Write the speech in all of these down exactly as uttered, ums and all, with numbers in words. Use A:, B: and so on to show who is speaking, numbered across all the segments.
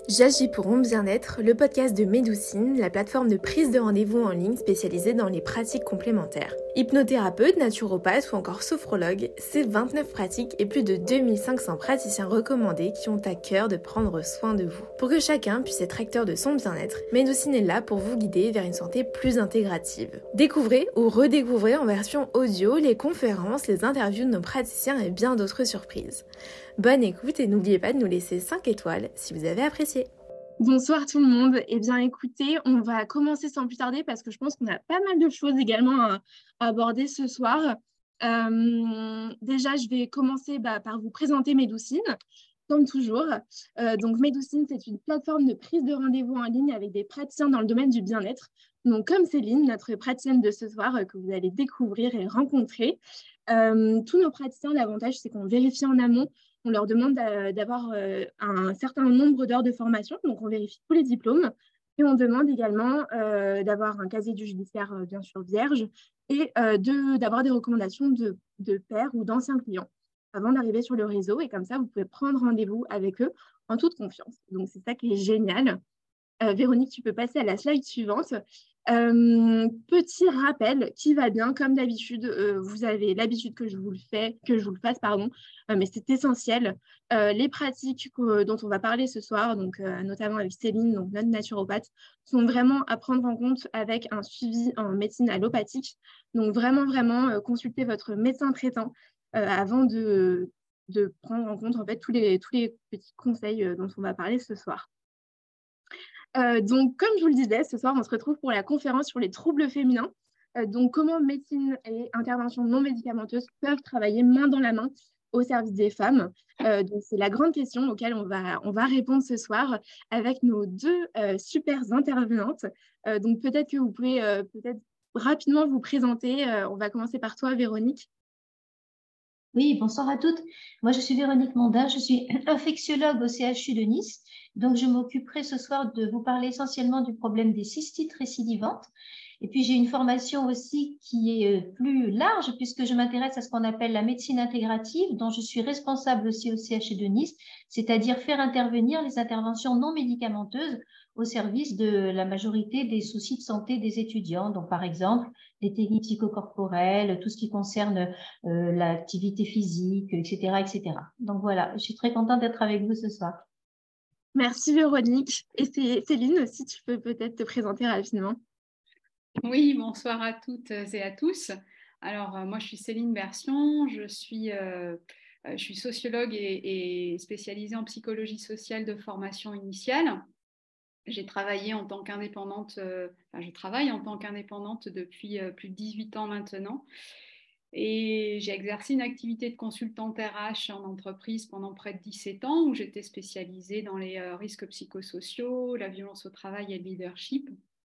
A: J'agis pour mon bien-être, le podcast de Médoucine, la plateforme de prise de rendez-vous en ligne spécialisée dans les pratiques complémentaires. Hypnothérapeute, naturopathe ou encore sophrologue, c'est vingt-neuf pratiques et plus de deux mille cinq cents praticiens recommandés qui ont à cœur de prendre soin de vous. Pour que chacun puisse être acteur de son bien-être, Médoucine est là pour vous guider vers une santé plus intégrative. Découvrez ou redécouvrez en version audio les conférences, les interviews de nos praticiens et bien d'autres surprises. Bonne écoute et n'oubliez pas de nous laisser cinq étoiles si vous avez apprécié.
B: Bonsoir tout le monde. Eh bien écoutez, on va commencer sans plus tarder parce que je pense qu'on a pas mal de choses également à, à aborder ce soir. Euh, déjà, je vais commencer bah, par vous présenter Médoucine, comme toujours. Euh, donc Médoucine, c'est une plateforme de prise de rendez-vous en ligne avec des praticiens dans le domaine du bien-être. Donc comme Céline, notre praticienne de ce soir euh, que vous allez découvrir et rencontrer. Euh, tous nos praticiens, l'avantage, c'est qu'on vérifie en amont. On leur demande d'avoir euh, un certain nombre d'heures de formation, donc on vérifie tous les diplômes. Et on demande également euh, d'avoir un casier du judiciaire, euh, bien sûr, vierge, et euh, de, d'avoir des recommandations de, de pairs ou d'anciens clients avant d'arriver sur le réseau. Et comme ça, vous pouvez prendre rendez-vous avec eux en toute confiance. Donc, c'est ça qui est génial. Euh, Véronique, tu peux passer à la slide suivante. Euh, petit rappel qui va bien, comme d'habitude, euh, vous avez l'habitude que je vous le fais, que je vous le fasse, pardon, euh, mais c'est essentiel. Euh, les pratiques que, dont on va parler ce soir, donc euh, notamment avec Céline, donc notre naturopathe, sont vraiment à prendre en compte avec un suivi en médecine allopathique. Donc vraiment, vraiment, euh, consultez votre médecin traitant euh, avant de, de prendre en compte en fait tous les, tous les petits conseils euh, dont on va parler ce soir. Euh, donc, comme je vous le disais, ce soir, on se retrouve pour la conférence sur les troubles féminins. Euh, donc, comment médecine et intervention non médicamenteuses peuvent travailler main dans la main au service des femmes. Euh, donc, c'est la grande question auquel on va, on va répondre ce soir avec nos deux euh, super intervenantes. Euh, donc, peut-être que vous pouvez euh, peut-être rapidement vous présenter. Euh, on va commencer par toi, Véronique.
C: Oui, bonsoir à toutes. Moi, je suis Véronique Mondin, je suis infectiologue au C H U de Nice. Donc, je m'occuperai ce soir de vous parler essentiellement du problème des cystites récidivantes. Et puis, j'ai une formation aussi qui est plus large puisque je m'intéresse à ce qu'on appelle la médecine intégrative, dont je suis responsable aussi au C H U de Nice, c'est-à-dire faire intervenir les interventions non médicamenteuses au service de la majorité des soucis de santé des étudiants. Donc, par exemple, les techniques psychocorporelles, tout ce qui concerne euh, l'activité physique, et cetera, et cetera. Donc voilà, je suis très contente d'être avec vous ce soir.
B: Merci, Véronique. Et Céline aussi, tu peux peut-être te présenter rapidement.
D: Oui, bonsoir à toutes et à tous. Alors, euh, moi, je suis Céline Bersion, je suis, euh, je suis sociologue et, et spécialisée en psychologie sociale de formation initiale. J'ai travaillé en tant qu'indépendante, euh, enfin, je travaille en tant qu'indépendante depuis euh, plus de dix-huit ans maintenant. Et j'ai exercé une activité de consultante R H en entreprise pendant près de dix-sept ans, où j'étais spécialisée dans les euh, risques psychosociaux, la violence au travail et le leadership.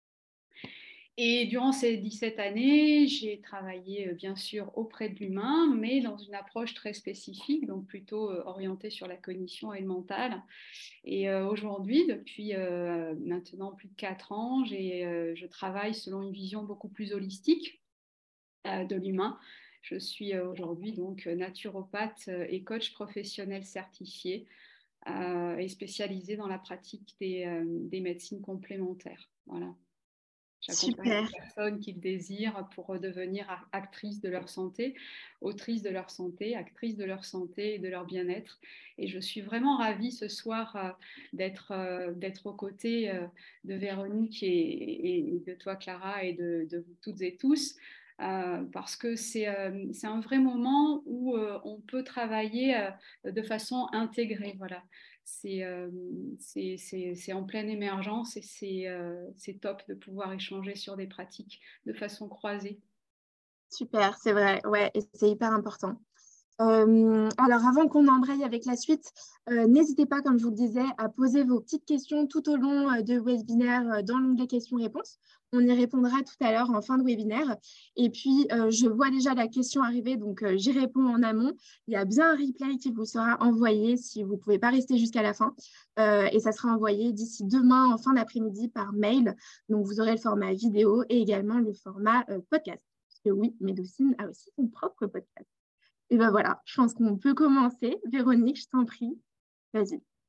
D: Et durant ces dix-sept années, j'ai travaillé bien sûr auprès de l'humain, mais dans une approche très spécifique, donc plutôt orientée sur la cognition et le mental. Et euh, aujourd'hui, depuis euh, maintenant plus de quatre ans, j'ai, euh, je travaille selon une vision beaucoup plus holistique euh, de l'humain. Je suis euh, aujourd'hui donc naturopathe et coach professionnel certifié euh, et spécialisée dans la pratique des, euh, des médecines complémentaires. Voilà. J'accompagne les personnes qui le désirent pour redevenir actrices de leur santé, autrices de leur santé, actrices de leur santé et de leur bien-être. Et je suis vraiment ravie ce soir euh, d'être, euh, d'être aux côtés euh, de Véronique et, et de toi, Clara, et de, de vous toutes et tous. Euh, parce que c'est, euh, c'est un vrai moment où euh, on peut travailler euh, de façon intégrée. Voilà. C'est, euh, c'est, c'est, c'est en pleine émergence et c'est, euh, c'est top de pouvoir échanger sur des pratiques de façon croisée.
B: Super, c'est vrai, ouais, et c'est hyper important. Euh, alors, avant qu'on embraye avec la suite, euh, n'hésitez pas, comme je vous le disais, à poser vos petites questions tout au long euh, de webinaire euh, dans l'onglet questions-réponses. On y répondra tout à l'heure en fin de webinaire. Et puis, euh, je vois déjà la question arriver, donc euh, j'y réponds en amont. Il y a bien un replay qui vous sera envoyé si vous ne pouvez pas rester jusqu'à la fin. Euh, et ça sera envoyé d'ici demain en fin d'après-midi par mail. Donc, vous aurez le format vidéo et également le format euh, podcast. Parce que oui, Médoucine a aussi son propre podcast. Et ben voilà, je pense qu'on peut commencer. Véronique, je t'en prie, vas-y.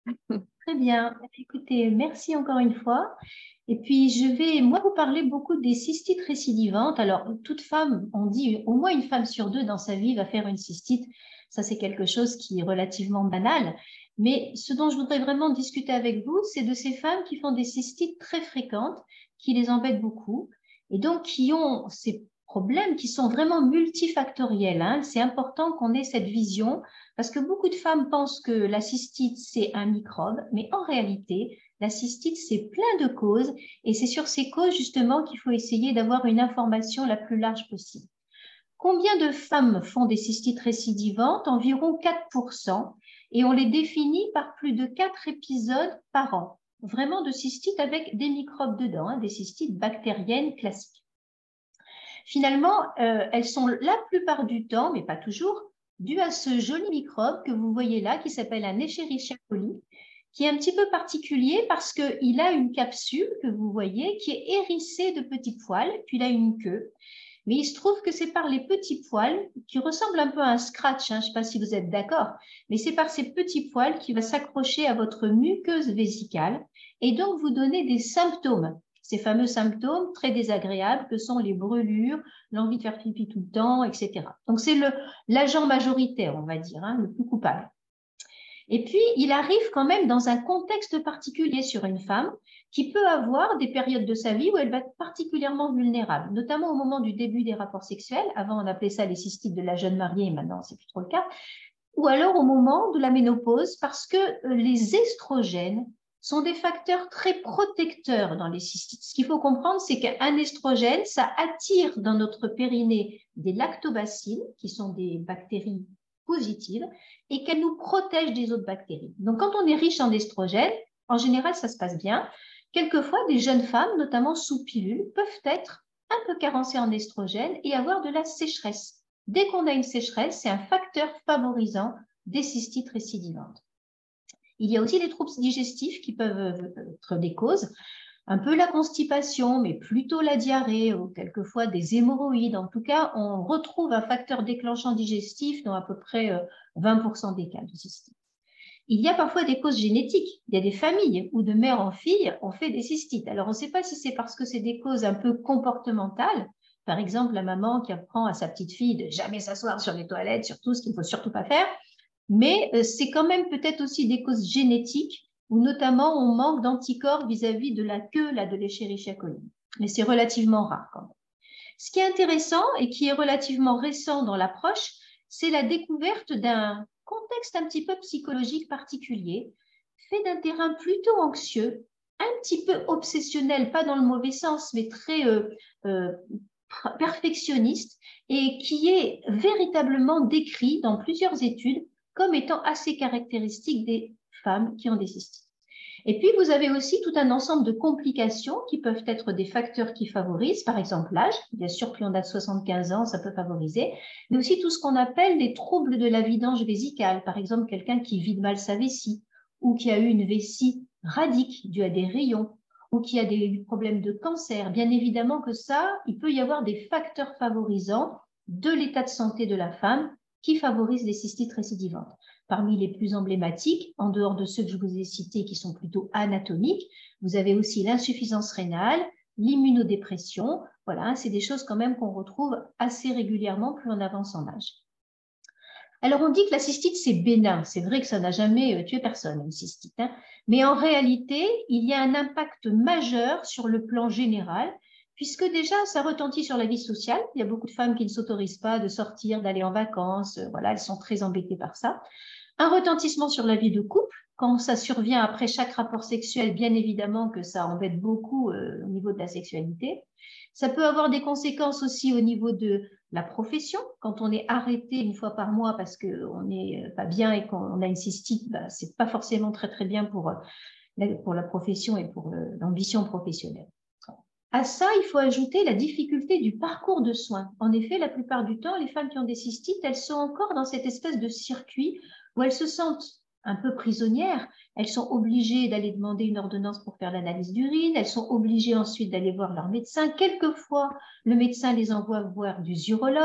C: Très bien. Écoutez, merci encore une fois. Et puis, je vais, moi, vous parler beaucoup des cystites récidivantes. Alors, toute femme, on dit au moins une femme sur deux dans sa vie va faire une cystite. Ça, c'est quelque chose qui est relativement banal. Mais ce dont je voudrais vraiment discuter avec vous, c'est de ces femmes qui font des cystites très fréquentes, qui les embêtent beaucoup, et donc qui ont ces problèmes qui sont vraiment multifactoriels, hein. C'est important qu'on ait cette vision, parce que beaucoup de femmes pensent que la cystite, c'est un microbe, mais en réalité, la cystite, c'est plein de causes, et c'est sur ces causes, justement, qu'il faut essayer d'avoir une information la plus large possible. Combien de femmes font des cystites récidivantes? Environ quatre pour cent, et on les définit par plus de quatre épisodes par an. Vraiment de cystites avec des microbes dedans, hein, des cystites bactériennes classiques. Finalement, euh, elles sont la plupart du temps, mais pas toujours, dues à ce joli microbe que vous voyez là, qui s'appelle un Escherichia coli, qui est un petit peu particulier parce qu'il a une capsule que vous voyez qui est hérissée de petits poils, puis il a une queue. Mais il se trouve que c'est par les petits poils, qui ressemblent un peu à un scratch, hein, je ne sais pas si vous êtes d'accord, mais c'est par ces petits poils qui va s'accrocher à votre muqueuse vésicale et donc vous donner des symptômes. Ces fameux symptômes très désagréables que sont les brûlures, l'envie de faire pipi tout le temps, et cetera. Donc c'est l'agent majoritaire, on va dire, hein, le plus coupable. Et puis, il arrive quand même dans un contexte particulier sur une femme qui peut avoir des périodes de sa vie où elle va être particulièrement vulnérable, notamment au moment du début des rapports sexuels. Avant, on appelait ça les cystites de la jeune mariée, maintenant, c'est plus trop le cas. Ou alors au moment de la ménopause, parce que les estrogènes sont des facteurs très protecteurs dans les cystites. Ce qu'il faut comprendre, c'est qu'un estrogène, ça attire dans notre périnée des lactobacilles, qui sont des bactéries positives, et qu'elles nous protègent des autres bactéries. Donc, quand on est riche en estrogènes, en général, ça se passe bien. Quelquefois, des jeunes femmes, notamment sous pilule, peuvent être un peu carencées en estrogènes et avoir de la sécheresse. Dès qu'on a une sécheresse, c'est un facteur favorisant des cystites récidivantes. Il y a aussi les troubles digestifs qui peuvent être des causes, un peu la constipation, mais plutôt la diarrhée ou quelquefois des hémorroïdes. En tout cas, on retrouve un facteur déclenchant digestif dans à peu près vingt pour cent des cas de cystite. Il y a parfois des causes génétiques. Il y a des familles où de mère en fille, on fait des cystites. Alors, on ne sait pas si c'est parce que c'est des causes un peu comportementales. Par exemple, la maman qui apprend à sa petite fille de jamais s'asseoir sur les toilettes, surtout ce qu'il ne faut surtout pas faire. Mais c'est quand même peut-être aussi des causes génétiques où notamment on manque d'anticorps vis-à-vis de la queue là, de l'Escherichia coli. Mais c'est relativement rare quand même. Ce qui est intéressant et qui est relativement récent dans l'approche, c'est la découverte d'un contexte un petit peu psychologique particulier, fait d'un terrain plutôt anxieux, un petit peu obsessionnel, pas dans le mauvais sens, mais très euh, euh, perfectionniste, et qui est véritablement décrit dans plusieurs études comme étant assez caractéristique des femmes qui ont des cystites. Et puis, vous avez aussi tout un ensemble de complications qui peuvent être des facteurs qui favorisent, par exemple l'âge. Bien sûr, plus on a de soixante-quinze ans, ça peut favoriser, mais aussi tout ce qu'on appelle des troubles de la vidange vésicale. Par exemple, quelqu'un qui vide mal sa vessie ou qui a eu une vessie radique due à des rayons ou qui a des problèmes de cancer. Bien évidemment que ça, il peut y avoir des facteurs favorisants de l'état de santé de la femme qui favorisent les cystites récidivantes. Parmi les plus emblématiques, en dehors de ceux que je vous ai cités qui sont plutôt anatomiques, vous avez aussi l'insuffisance rénale, l'immunodépression. Voilà, c'est des choses quand même qu'on retrouve assez régulièrement plus on avance en âge. Alors, on dit que la cystite, c'est bénin. C'est vrai que ça n'a jamais tué personne, une cystite. Hein. Mais en réalité, il y a un impact majeur sur le plan général, puisque déjà, ça retentit sur la vie sociale. Il y a beaucoup de femmes qui ne s'autorisent pas de sortir, d'aller en vacances. Voilà, elles sont très embêtées par ça. Un retentissement sur la vie de couple. Quand ça survient après chaque rapport sexuel, bien évidemment que ça embête beaucoup euh, au niveau de la sexualité. Ça peut avoir des conséquences aussi au niveau de la profession. Quand on est arrêté une fois par mois parce qu'on n'est pas bien et qu'on a une cystite, bah, ce n'est pas forcément très très bien pour, pour la profession et pour l'ambition professionnelle. À ça, il faut ajouter la difficulté du parcours de soins. En effet, la plupart du temps, les femmes qui ont des cystites, elles sont encore dans cette espèce de circuit où elles se sentent un peu prisonnières. Elles sont obligées d'aller demander une ordonnance pour faire l'analyse d'urine. Elles sont obligées ensuite d'aller voir leur médecin. Quelquefois, le médecin les envoie voir du urologue.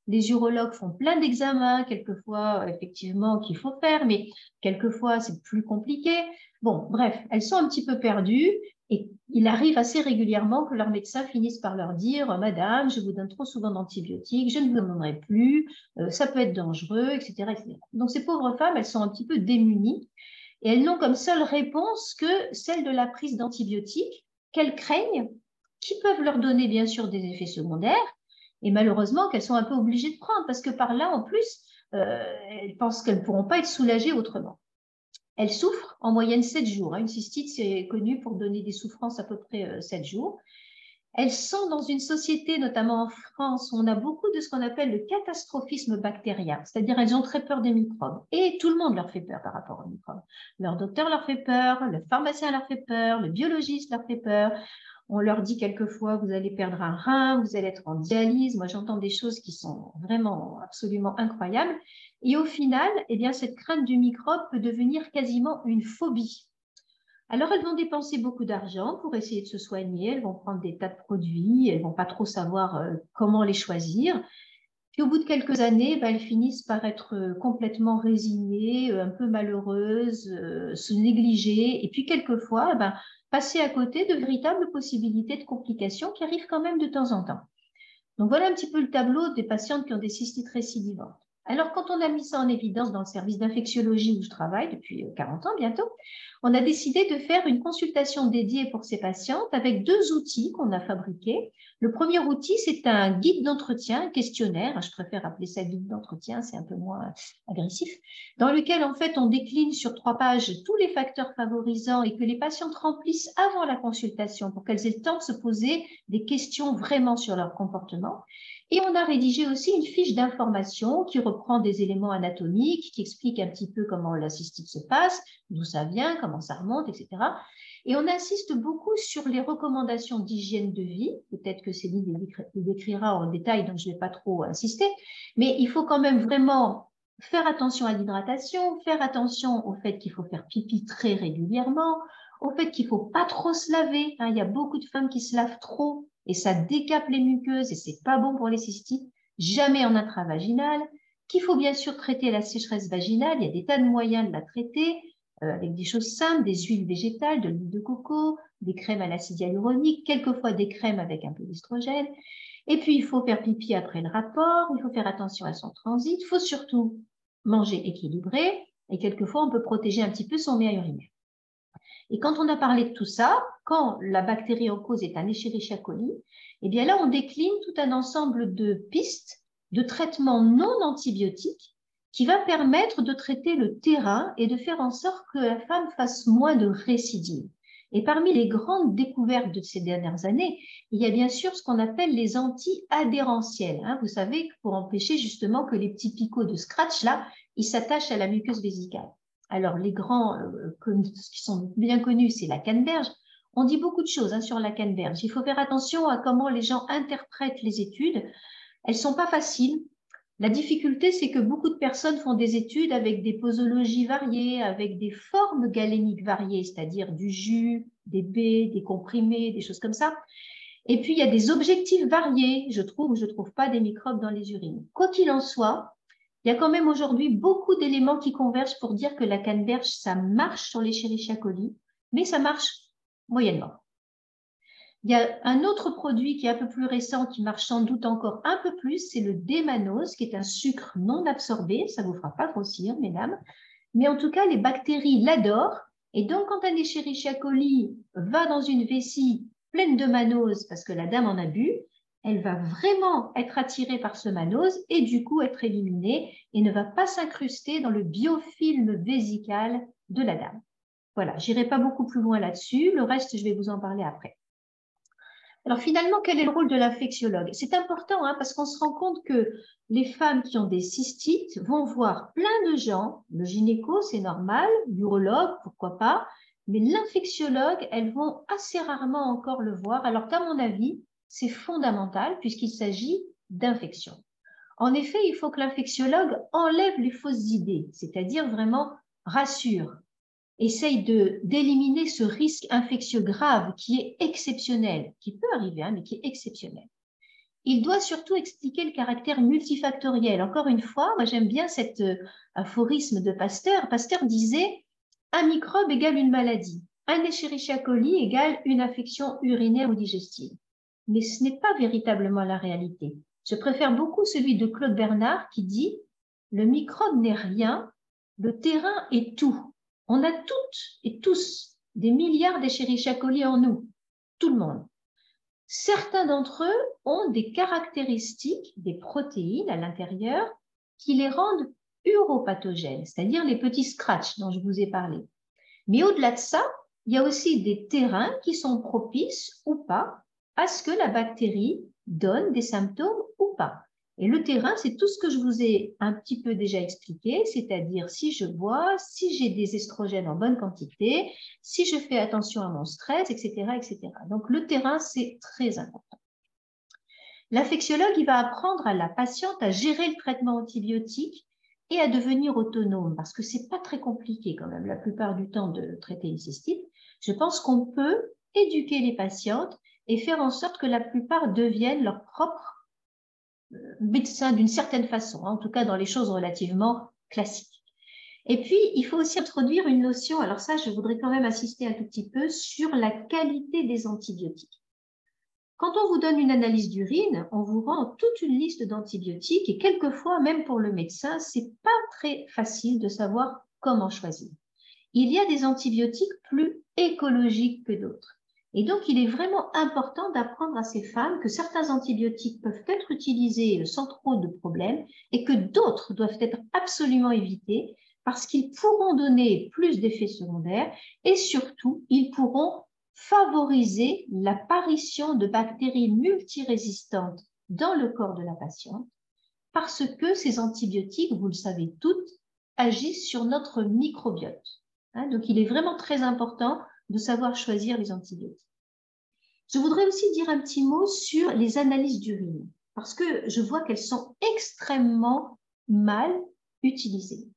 C: Les urologues font plein d'examens, quelquefois, effectivement, qu'il faut faire, mais quelquefois, c'est plus compliqué. Bon, bref, elles sont un petit peu perdues et il arrive assez régulièrement que leurs médecins finissent par leur dire « Madame, je vous donne trop souvent d'antibiotiques, je ne vous en donnerai plus, euh, ça peut être dangereux, et cetera et cetera » Donc, ces pauvres femmes, elles sont un petit peu démunies et elles n'ont comme seule réponse que celle de la prise d'antibiotiques qu'elles craignent, qui peuvent leur donner bien sûr des effets secondaires, et malheureusement qu'elles sont un peu obligées de prendre parce que par là, en plus, euh, elles pensent qu'elles ne pourront pas être soulagées autrement. Elles souffrent en moyenne sept jours. Une cystite, c'est connu pour donner des souffrances à peu près sept jours. Elles sont dans une société, notamment en France, où on a beaucoup de ce qu'on appelle le catastrophisme bactérien, c'est-à-dire elles ont très peur des microbes et tout le monde leur fait peur par rapport aux microbes. Leur docteur leur fait peur, le pharmacien leur fait peur, le biologiste leur fait peur. On leur dit quelquefois, vous allez perdre un rein, vous allez être en dialyse. Moi, j'entends des choses qui sont vraiment absolument incroyables. Et au final, eh bien, cette crainte du microbe peut devenir quasiment une phobie. Alors, elles vont dépenser beaucoup d'argent pour essayer de se soigner. Elles vont prendre des tas de produits. Elles ne vont pas trop savoir euh, comment les choisir. Puis, au bout de quelques années, ben, elles finissent par être euh, complètement résignées, euh, un peu malheureuses, euh, se négliger. Et puis, quelquefois, ben, passer à côté de véritables possibilités de complications qui arrivent quand même de temps en temps. Donc, voilà un petit peu le tableau des patientes qui ont des cystites récidivantes. Alors, quand on a mis ça en évidence dans le service d'infectiologie où je travaille depuis quarante ans bientôt, on a décidé de faire une consultation dédiée pour ces patientes avec deux outils qu'on a fabriqués. Le premier outil, c'est un guide d'entretien, un questionnaire, je préfère appeler ça guide d'entretien, c'est un peu moins agressif, dans lequel en fait on décline sur trois pages tous les facteurs favorisants et que les patientes remplissent avant la consultation pour qu'elles aient le temps de se poser des questions vraiment sur leur comportement. Et on a rédigé aussi une fiche d'information qui reprend des éléments anatomiques, qui explique un petit peu comment la cystite se passe, d'où ça vient, comment ça remonte, et cetera. Et on insiste beaucoup sur les recommandations d'hygiène de vie. Peut-être que Céline les décrira en détail, donc je ne vais pas trop insister. Mais il faut quand même vraiment faire attention à l'hydratation, faire attention au fait qu'il faut faire pipi très régulièrement, au fait qu'il ne faut pas trop se laver. Hein, il y a beaucoup de femmes qui se lavent trop et ça décape les muqueuses et c'est pas bon pour les cystites. Jamais en intravaginal. Qu'il faut bien sûr traiter la sécheresse vaginale. Il y a des tas de moyens de la traiter. Euh, avec des choses simples, des huiles végétales, de l'huile de coco, des crèmes à l'acide hyaluronique, quelquefois des crèmes avec un peu d'estrogène. Et puis, il faut faire pipi après le rapport, il faut faire attention à son transit, il faut surtout manger équilibré et quelquefois, on peut protéger un petit peu son méa urinaire. Et quand on a parlé de tout ça, quand la bactérie en cause est un Escherichia coli, eh bien là, on décline tout un ensemble de pistes de traitement non antibiotiques qui va permettre de traiter le terrain et de faire en sorte que la femme fasse moins de récidives. Et parmi les grandes découvertes de ces dernières années, il y a bien sûr ce qu'on appelle les anti-adhérentiels. Hein, vous savez, pour empêcher justement que les petits picots de scratch, là, ils s'attachent à la muqueuse vésicale. Alors, les grands euh, qui sont bien connus, c'est la canneberge. On dit beaucoup de choses hein, sur la canneberge. Il faut faire attention à comment les gens interprètent les études. Elles ne sont pas faciles. La difficulté, c'est que beaucoup de personnes font des études avec des posologies variées, avec des formes galéniques variées, c'est-à-dire du jus, des baies, des comprimés, des choses comme ça. Et puis, il y a des objectifs variés. Je trouve ou je ne trouve pas des microbes dans les urines. Quoi qu'il en soit, il y a quand même aujourd'hui beaucoup d'éléments qui convergent pour dire que la canneberge, ça marche sur l'Escherichia coli, mais ça marche moyennement. Il y a un autre produit qui est un peu plus récent, qui marche sans doute encore un peu plus, c'est le démanose, qui est un sucre non absorbé. Ça ne vous fera pas grossir, mesdames. Mais en tout cas, les bactéries l'adorent. Et donc, quand un Escherichia coli va dans une vessie pleine de mannose, parce que la dame en a bu, elle va vraiment être attirée par ce mannose et du coup être éliminée et ne va pas s'incruster dans le biofilm vésical de la dame. Voilà, je n'irai pas beaucoup plus loin là-dessus. Le reste, je vais vous en parler après. Alors finalement, quel est le rôle de l'infectiologue? C'est important hein, parce qu'on se rend compte que les femmes qui ont des cystites vont voir plein de gens. Le gynéco, c'est normal, l'urologue, pourquoi pas, mais l'infectiologue, elles vont assez rarement encore le voir, alors qu'à mon avis, c'est fondamental puisqu'il s'agit d'infection. En effet, il faut que l'infectiologue enlève les fausses idées, c'est-à-dire vraiment rassure, essaye de, d'éliminer ce risque infectieux grave qui est exceptionnel, qui peut arriver, hein, mais qui est exceptionnel. il doit surtout expliquer le caractère multifactoriel. Encore une fois, moi j'aime bien cet euh, aphorisme de Pasteur. Pasteur disait « un microbe égale une maladie, un Escherichia coli égale une affection urinaire ou digestive ». Mais ce n'est pas véritablement la réalité. Je préfère beaucoup celui de Claude Bernard qui dit « le microbe n'est rien, le terrain est tout ». On a toutes et tous des milliards d'Escherichia coli en nous, tout le monde. Certains d'entre eux ont des caractéristiques, des protéines à l'intérieur qui les rendent uropathogènes, c'est-à-dire les petits scratchs dont je vous ai parlé. Mais au-delà de ça, il y a aussi des terrains qui sont propices ou pas à ce que la bactérie donne des symptômes ou pas. Et le terrain, c'est tout ce que je vous ai un petit peu déjà expliqué, c'est-à-dire si je bois, si j'ai des estrogènes en bonne quantité, si je fais attention à mon stress, et cetera, et cetera. Donc, le terrain, c'est très important. L'infectiologue, il va apprendre à la patiente à gérer le traitement antibiotique et à devenir autonome, parce que c'est pas très compliqué quand même, la plupart du temps, de traiter une cystite. Je pense qu'on peut éduquer les patientes et faire en sorte que la plupart deviennent leur propre médecin d'une certaine façon, en tout cas dans les choses relativement classiques. Et puis, il faut aussi introduire une notion, alors ça, je voudrais quand même insister un tout petit peu sur la qualité des antibiotiques. Quand on vous donne une analyse d'urine, on vous rend toute une liste d'antibiotiques et quelquefois, même pour le médecin, c'est pas très facile de savoir comment choisir. Il y a des antibiotiques plus écologiques que d'autres. Et donc, il est vraiment important d'apprendre à ces femmes que certains antibiotiques peuvent être utilisés sans trop de problèmes et que d'autres doivent être absolument évités parce qu'ils pourront donner plus d'effets secondaires et surtout, ils pourront favoriser l'apparition de bactéries multirésistantes dans le corps de la patiente parce que ces antibiotiques, vous le savez toutes, agissent sur notre microbiote. Hein, donc, il est vraiment très important de savoir choisir les antibiotiques. Je voudrais aussi dire un petit mot sur les analyses d'urine, parce que je vois qu'elles sont extrêmement mal utilisées.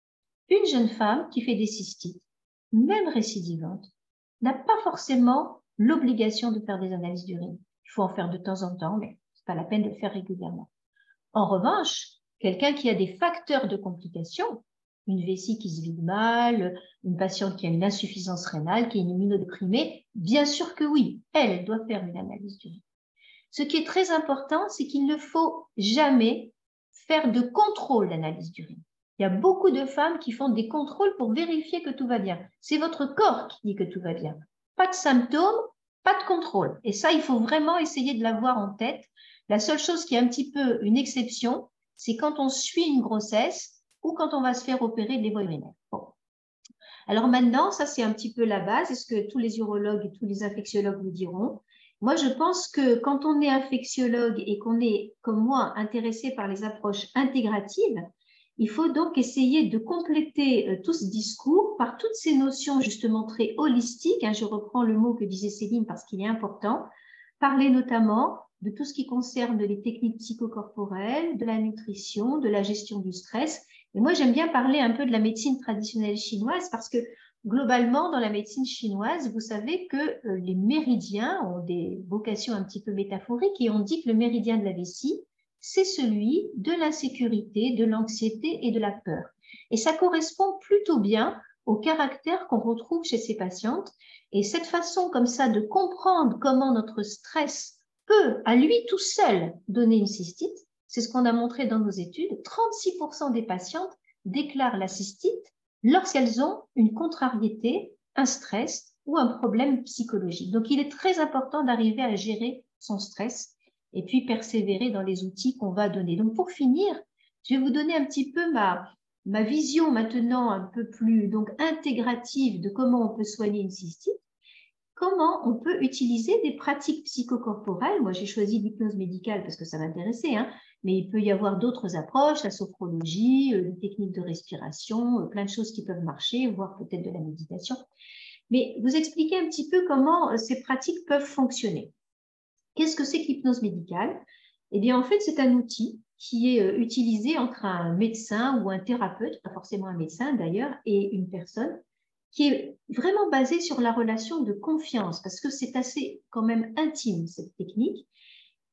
C: Une jeune femme qui fait des cystites, même récidivantes, n'a pas forcément l'obligation de faire des analyses d'urine. Il faut en faire de temps en temps, mais ce n'est pas la peine de le faire régulièrement. En revanche, quelqu'un qui a des facteurs de complications, une vessie qui se vide mal, une patiente qui a une insuffisance rénale, qui est immunodéprimée, bien sûr que oui, elle, elle doit faire une analyse d'urine. Ce qui est très important, c'est qu'il ne faut jamais faire de contrôle d'analyse d'urine. Il y a beaucoup de femmes qui font des contrôles pour vérifier que tout va bien. C'est votre corps qui dit que tout va bien. Pas de symptômes, pas de contrôle. Et ça, il faut vraiment essayer de l'avoir en tête. La seule chose qui est un petit peu une exception, c'est quand on suit une grossesse ou quand on va se faire opérer de l'évo urinaire. Bon. Alors maintenant, ça c'est un petit peu la base, c'est ce que tous les urologues et tous les infectiologues vous diront. Moi, je pense que quand on est infectiologue et qu'on est, comme moi, intéressé par les approches intégratives, il faut donc essayer de compléter euh, tout ce discours par toutes ces notions justement très holistiques, hein, je reprends le mot que disait Céline parce qu'il est important, parler notamment de tout ce qui concerne les techniques psychocorporelles, de la nutrition, de la gestion du stress. Et moi, j'aime bien parler un peu de la médecine traditionnelle chinoise parce que globalement, dans la médecine chinoise, vous savez que euh, les méridiens ont des vocations un petit peu métaphoriques et on dit que le méridien de la vessie, c'est celui de l'insécurité, de l'anxiété et de la peur. Et ça correspond plutôt bien au caractère qu'on retrouve chez ces patientes. Et cette façon comme ça de comprendre comment notre stress peut, à lui tout seul, donner une cystite, c'est ce qu'on a montré dans nos études, trente-six pour cent des patientes déclarent la cystite lorsqu'elles ont une contrariété, un stress ou un problème psychologique. Donc, il est très important d'arriver à gérer son stress et puis persévérer dans les outils qu'on va donner. Donc, pour finir, je vais vous donner un petit peu ma, ma vision maintenant un peu plus donc, intégrative de comment on peut soigner une cystite. Comment on peut utiliser des pratiques psychocorporelles. Moi, j'ai choisi l'hypnose médicale parce que ça m'intéressait, hein, mais il peut y avoir d'autres approches, la sophrologie, euh, les techniques de respiration, euh, plein de choses qui peuvent marcher, voire peut-être de la méditation. Mais vous expliquez un petit peu comment euh, ces pratiques peuvent fonctionner. Qu'est-ce que c'est que l'hypnose médicale? Eh bien, en fait, c'est un outil qui est euh, utilisé entre un médecin ou un thérapeute, pas forcément un médecin d'ailleurs, et une personne, qui est vraiment basée sur la relation de confiance, parce que c'est assez quand même intime, cette technique.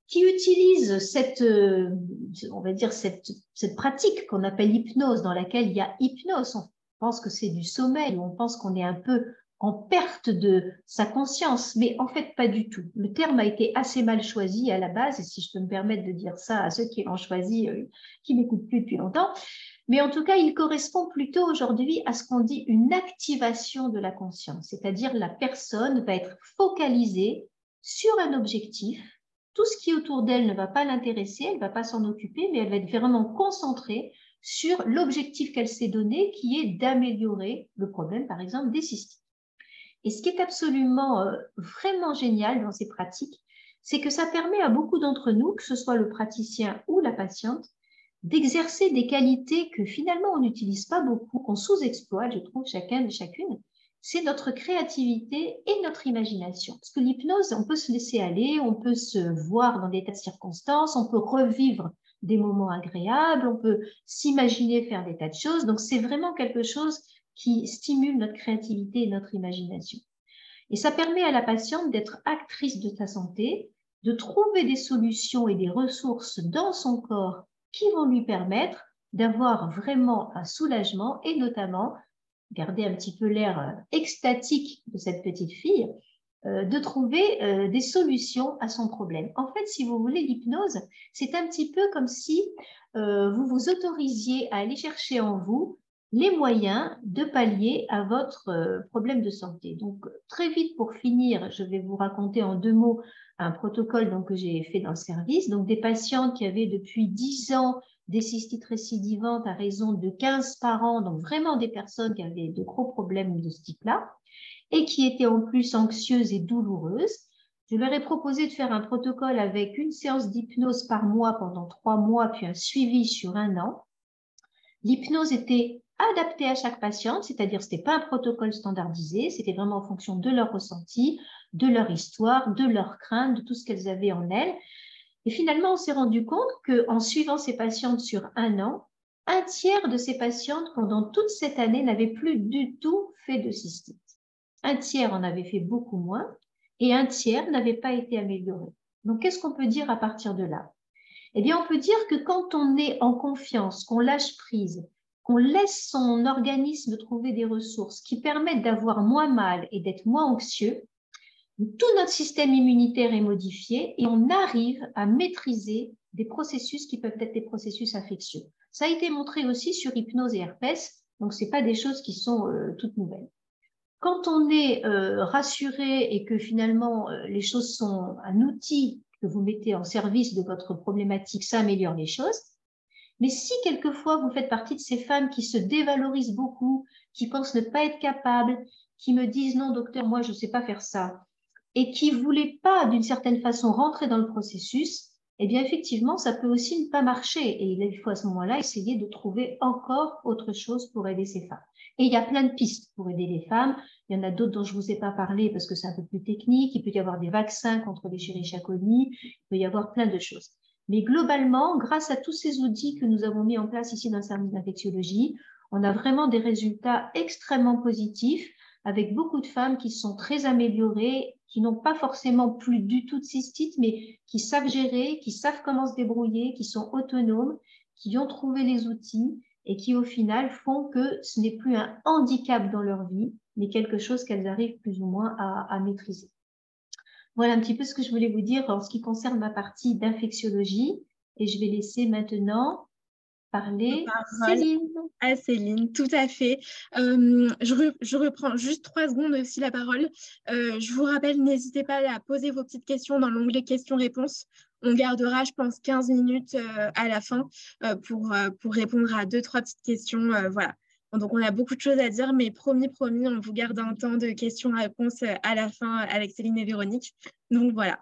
C: qui utilisent cette, euh, on va dire cette, cette pratique qu'on appelle l'hypnose, dans laquelle il y a hypnose. On pense que c'est du sommeil, on pense qu'on est un peu en perte de sa conscience, mais en fait pas du tout. Le terme a été assez mal choisi à la base, et si je peux me permettre de dire ça à ceux qui l'ont choisi, euh, qui m'écoutent plus depuis longtemps, mais en tout cas, il correspond plutôt aujourd'hui à ce qu'on dit une activation de la conscience, c'est-à-dire la personne va être focalisée sur un objectif. Tout ce qui est autour d'elle ne va pas l'intéresser, elle ne va pas s'en occuper, mais elle va être vraiment concentrée sur l'objectif qu'elle s'est donné, qui est d'améliorer le problème, par exemple, des cystites. Et ce qui est absolument euh, vraiment génial dans ces pratiques, c'est que ça permet à beaucoup d'entre nous, que ce soit le praticien ou la patiente, d'exercer des qualités que finalement on n'utilise pas beaucoup, qu'on sous-exploite, je trouve, chacun et chacune. C'est notre créativité et notre imagination. Parce que l'hypnose, on peut se laisser aller, on peut se voir dans des tas de circonstances, on peut revivre des moments agréables, on peut s'imaginer faire des tas de choses. Donc c'est vraiment quelque chose qui stimule notre créativité et notre imagination. Et ça permet à la patiente d'être actrice de sa santé, de trouver des solutions et des ressources dans son corps qui vont lui permettre d'avoir vraiment un soulagement et notamment, garder un petit peu l'air extatique de cette petite fille, euh, de trouver euh, des solutions à son problème. En fait, si vous voulez, l'hypnose, c'est un petit peu comme si euh, vous vous autorisiez à aller chercher en vous les moyens de pallier à votre euh, problème de santé. Donc, très vite, pour finir, je vais vous raconter en deux mots un protocole donc, que j'ai fait dans le service. Donc, des patientes qui avaient depuis dix ans des cystites récidivantes à raison de quinze par an, donc vraiment des personnes qui avaient de gros problèmes de ce type-là, et qui étaient en plus anxieuses et douloureuses. Je leur ai proposé de faire un protocole avec une séance d'hypnose par mois pendant trois mois, puis un suivi sur un an. L'hypnose était adaptée à chaque patiente, c'est-à-dire ce n'était pas un protocole standardisé, c'était vraiment en fonction de leur ressenti, de leur histoire, de leurs craintes, de tout ce qu'elles avaient en elles. Et finalement, on s'est rendu compte qu'en suivant ces patientes sur un an, un tiers de ces patientes, pendant toute cette année, n'avaient plus du tout fait de cystite. Un tiers en avait fait beaucoup moins et un tiers n'avait pas été amélioré. Donc, qu'est-ce qu'on peut dire à partir de là? Eh bien, on peut dire que quand on est en confiance, qu'on lâche prise, qu'on laisse son organisme trouver des ressources qui permettent d'avoir moins mal et d'être moins anxieux, tout notre système immunitaire est modifié et on arrive à maîtriser des processus qui peuvent être des processus infectieux. Ça a été montré aussi sur hypnose et herpès, donc ce n'est pas des choses qui sont euh, toutes nouvelles. Quand on est euh, rassuré et que finalement euh, les choses sont un outil que vous mettez en service de votre problématique, ça améliore les choses. Mais si quelquefois vous faites partie de ces femmes qui se dévalorisent beaucoup, qui pensent ne pas être capables, qui me disent non docteur, moi je ne sais pas faire ça, et qui ne voulaient pas d'une certaine façon rentrer dans le processus, eh bien effectivement ça peut aussi ne pas marcher et il faut à ce moment-là essayer de trouver encore autre chose pour aider ces femmes. Et il y a plein de pistes pour aider les femmes. Il y en a d'autres dont je ne vous ai pas parlé parce que c'est un peu plus technique. Il peut y avoir des vaccins contre l'Escherichia coli. Il peut y avoir plein de choses. Mais globalement, grâce à tous ces outils que nous avons mis en place ici dans le service d'infectiologie, on a vraiment des résultats extrêmement positifs avec beaucoup de femmes qui sont très améliorées, qui n'ont pas forcément plus du tout de cystite, mais qui savent gérer, qui savent comment se débrouiller, qui sont autonomes, qui ont trouvé les outils et qui au final font que ce n'est plus un handicap dans leur vie, mais quelque chose qu'elles arrivent plus ou moins à, à maîtriser. Voilà un petit peu ce que je voulais vous dire en ce qui concerne ma partie d'infectiologie. Et je vais laisser maintenant parler Céline.
B: À Céline, tout à fait. Euh, je, re, je reprends juste trois secondes aussi la parole. Euh, je vous rappelle, n'hésitez pas à poser vos petites questions dans l'onglet questions-réponses. On gardera, je pense, quinze minutes euh, à la fin euh, pour, euh, pour répondre à deux, trois petites questions. Euh, voilà. Donc, on a beaucoup de choses à dire, mais promis, promis, on vous garde un temps de questions-réponses à la fin avec Céline et Véronique. Donc, voilà.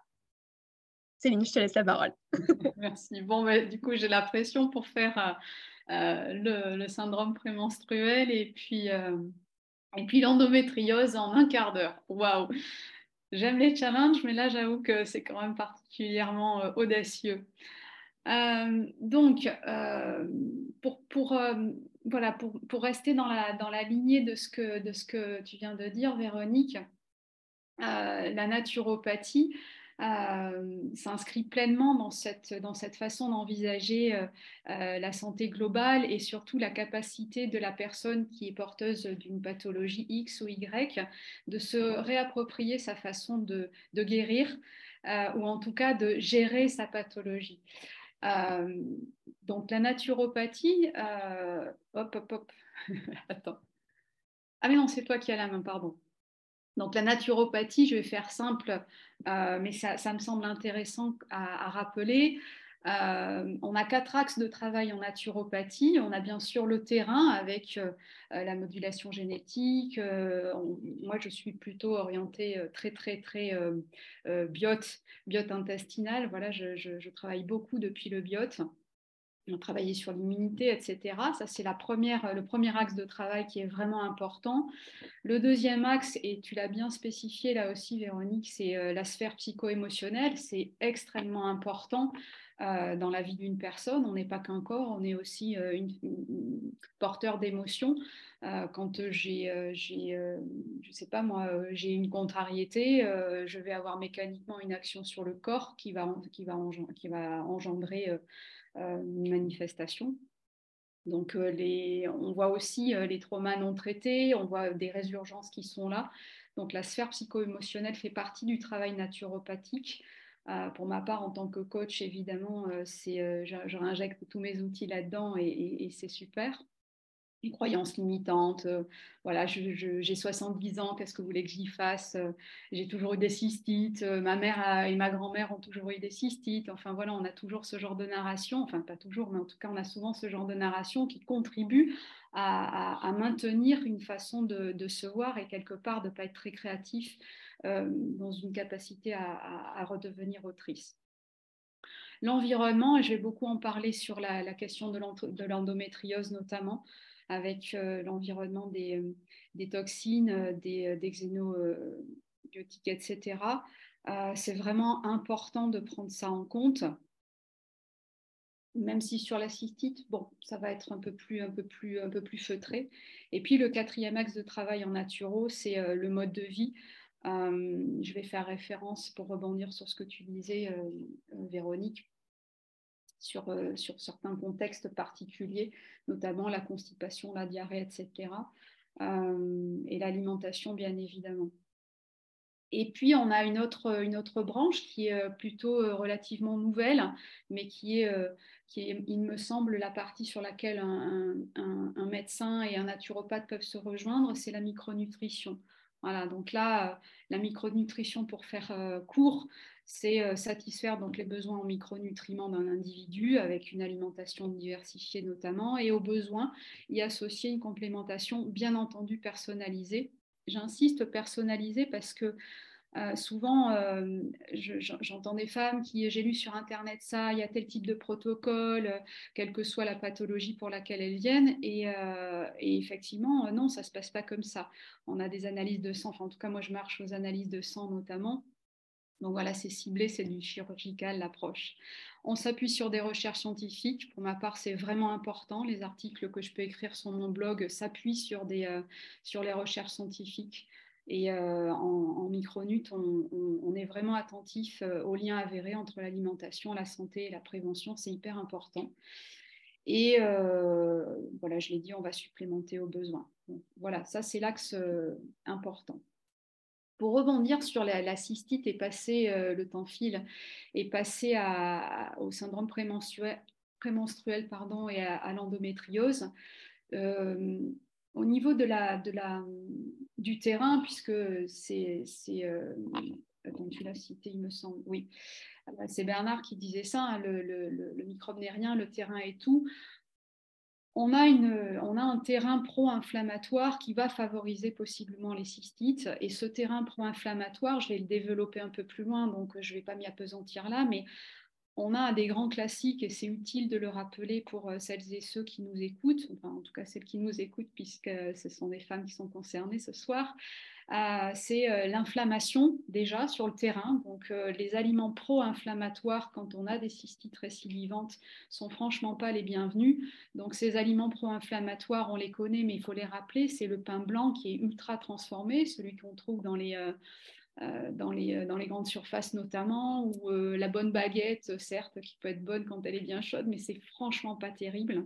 B: Céline, je te laisse la parole.
D: Merci. Bon, bah, du coup, j'ai la pression pour faire euh, le, le syndrome prémenstruel et puis, euh, et puis l'endométriose en un quart d'heure. Waouh! J'aime les challenges, mais là, j'avoue que c'est quand même particulièrement euh, audacieux. Euh, donc, euh, pour, pour, euh, voilà, pour, pour rester dans la, dans la lignée de ce, que, de ce que tu viens de dire, Véronique, euh, la naturopathie, euh, s'inscrit pleinement dans cette, dans cette façon d'envisager euh, euh, la santé globale et surtout la capacité de la personne qui est porteuse d'une pathologie X ou Y de se réapproprier sa façon de, de guérir euh, ou en tout cas de gérer sa pathologie. Euh, donc la naturopathie, euh, hop, hop, hop, attends. Ah mais non, c'est toi qui as la main, pardon. Donc la naturopathie, je vais faire simple, euh, mais ça, ça me semble intéressant à, à rappeler. Euh, on a quatre axes de travail en naturopathie. On a bien sûr le terrain avec euh, la modulation génétique. Euh, on, moi, je suis plutôt orientée euh, très, très, très euh, euh, biote, biote intestinale. Voilà, je, je, je travaille beaucoup depuis le biote. On a travaillé sur l'immunité, et cetera. Ça, c'est la première, le premier axe de travail qui est vraiment important. Le deuxième axe, et tu l'as bien spécifié là aussi, Véronique, c'est euh, la sphère psycho-émotionnelle. C'est extrêmement important euh, dans la vie d'une personne. On n'est pas qu'un corps, on est aussi euh, une, une, porteur d'émotions. Euh, quand j'ai, euh, j'ai euh, je sais pas moi, euh, j'ai une contrariété, euh, je vais avoir mécaniquement une action sur le corps qui va, qui va, engendrer, qui va engendrer euh, euh, une manifestation. Donc, euh, les, on voit aussi euh, les traumas non traités, on voit des résurgences qui sont là. Donc, la sphère psycho-émotionnelle fait partie du travail naturopathique. Euh, pour ma part, en tant que coach, évidemment, euh, c'est, euh, j'injecte tous mes outils là-dedans et, et, et c'est super. Les croyances limitantes, euh, voilà, je, je, j'ai soixante-dix ans, qu'est-ce que vous voulez que j'y fasse? euh, J'ai toujours eu des cystites, euh, ma mère a, et ma grand-mère ont toujours eu des cystites, enfin voilà, on a toujours ce genre de narration, enfin pas toujours, mais en tout cas on a souvent ce genre de narration qui contribue à, à, à maintenir une façon de, de se voir et quelque part de ne pas être très créatif euh, dans une capacité à, à, à redevenir autrice. L'environnement, et je vais beaucoup en parler sur la, la question de l'endométriose notamment, avec euh, l'environnement des, euh, des toxines, euh, des, euh, des xénobiotiques, et cetera. Euh, c'est vraiment important de prendre ça en compte, même si sur la cystite, bon, ça va être un peu plus, un peu plus, un peu plus feutré. Et puis le quatrième axe de travail en naturo, c'est euh, le mode de vie. Euh, je vais faire référence pour rebondir sur ce que tu disais, euh, euh, Véronique, sur, euh, sur certains contextes particuliers, notamment la constipation, la diarrhée, et cetera. Euh, et l'alimentation, bien évidemment. Et puis, on a une autre, une autre branche qui est plutôt relativement nouvelle, mais qui est, qui est, il me semble, la partie sur laquelle un, un, un médecin et un naturopathe peuvent se rejoindre, c'est la micronutrition. Voilà, donc là, la micronutrition, pour faire court, c'est satisfaire donc les besoins en micronutriments d'un individu avec une alimentation diversifiée notamment, et aux besoins y associer une complémentation bien entendu personnalisée. J'insiste personnalisée parce que euh, souvent, euh, je, j'entends des femmes qui, j'ai lu sur Internet ça, il y a tel type de protocole, euh, quelle que soit la pathologie pour laquelle elles viennent. Et, euh, et effectivement, euh, non, ça ne se passe pas comme ça. On a des analyses de sang, enfin en tout cas, moi je marche aux analyses de sang notamment. Donc voilà, c'est ciblé, c'est du chirurgical l'approche. On s'appuie sur des recherches scientifiques. Pour ma part, c'est vraiment important. Les articles que je peux écrire sur mon blog s'appuient sur, des, euh, sur les recherches scientifiques. Et euh, en, en micronut, on, on, on est vraiment attentif euh, aux liens avérés entre l'alimentation, la santé et la prévention. C'est hyper important. Et euh, voilà, je l'ai dit, on va supplémenter aux besoins. Donc, voilà, ça c'est l'axe euh, important. Pour rebondir sur la, la cystite et passer, euh, le temps file, et passer à, à, au syndrome prémenstruel, prémenstruel pardon, et à, à l'endométriose, euh, au niveau de la, de la, du terrain, puisque c'est, c'est euh, attends, tu l'as cité, il me semble, oui, c'est Bernard qui disait ça, hein, le, le, le microbe n'est rien, le terrain est tout. On a, une, on a un terrain pro-inflammatoire qui va favoriser possiblement les cystites. Et ce terrain pro-inflammatoire, je vais le développer un peu plus loin, donc je ne vais pas m'y appesantir là, mais on a des grands classiques et c'est utile de le rappeler pour celles et ceux qui nous écoutent, enfin en tout cas celles qui nous écoutent puisque ce sont des femmes qui sont concernées ce soir. Euh, c'est euh, l'inflammation déjà sur le terrain. Donc euh, les aliments pro-inflammatoires quand on a des cystites récidivantes sont franchement pas les bienvenus. Donc ces aliments pro-inflammatoires, on les connaît mais il faut les rappeler, c'est le pain blanc qui est ultra transformé, celui qu'on trouve dans les... Euh, euh, dans, les, dans les grandes surfaces notamment, ou euh, la bonne baguette, certes, qui peut être bonne quand elle est bien chaude, mais c'est franchement pas terrible.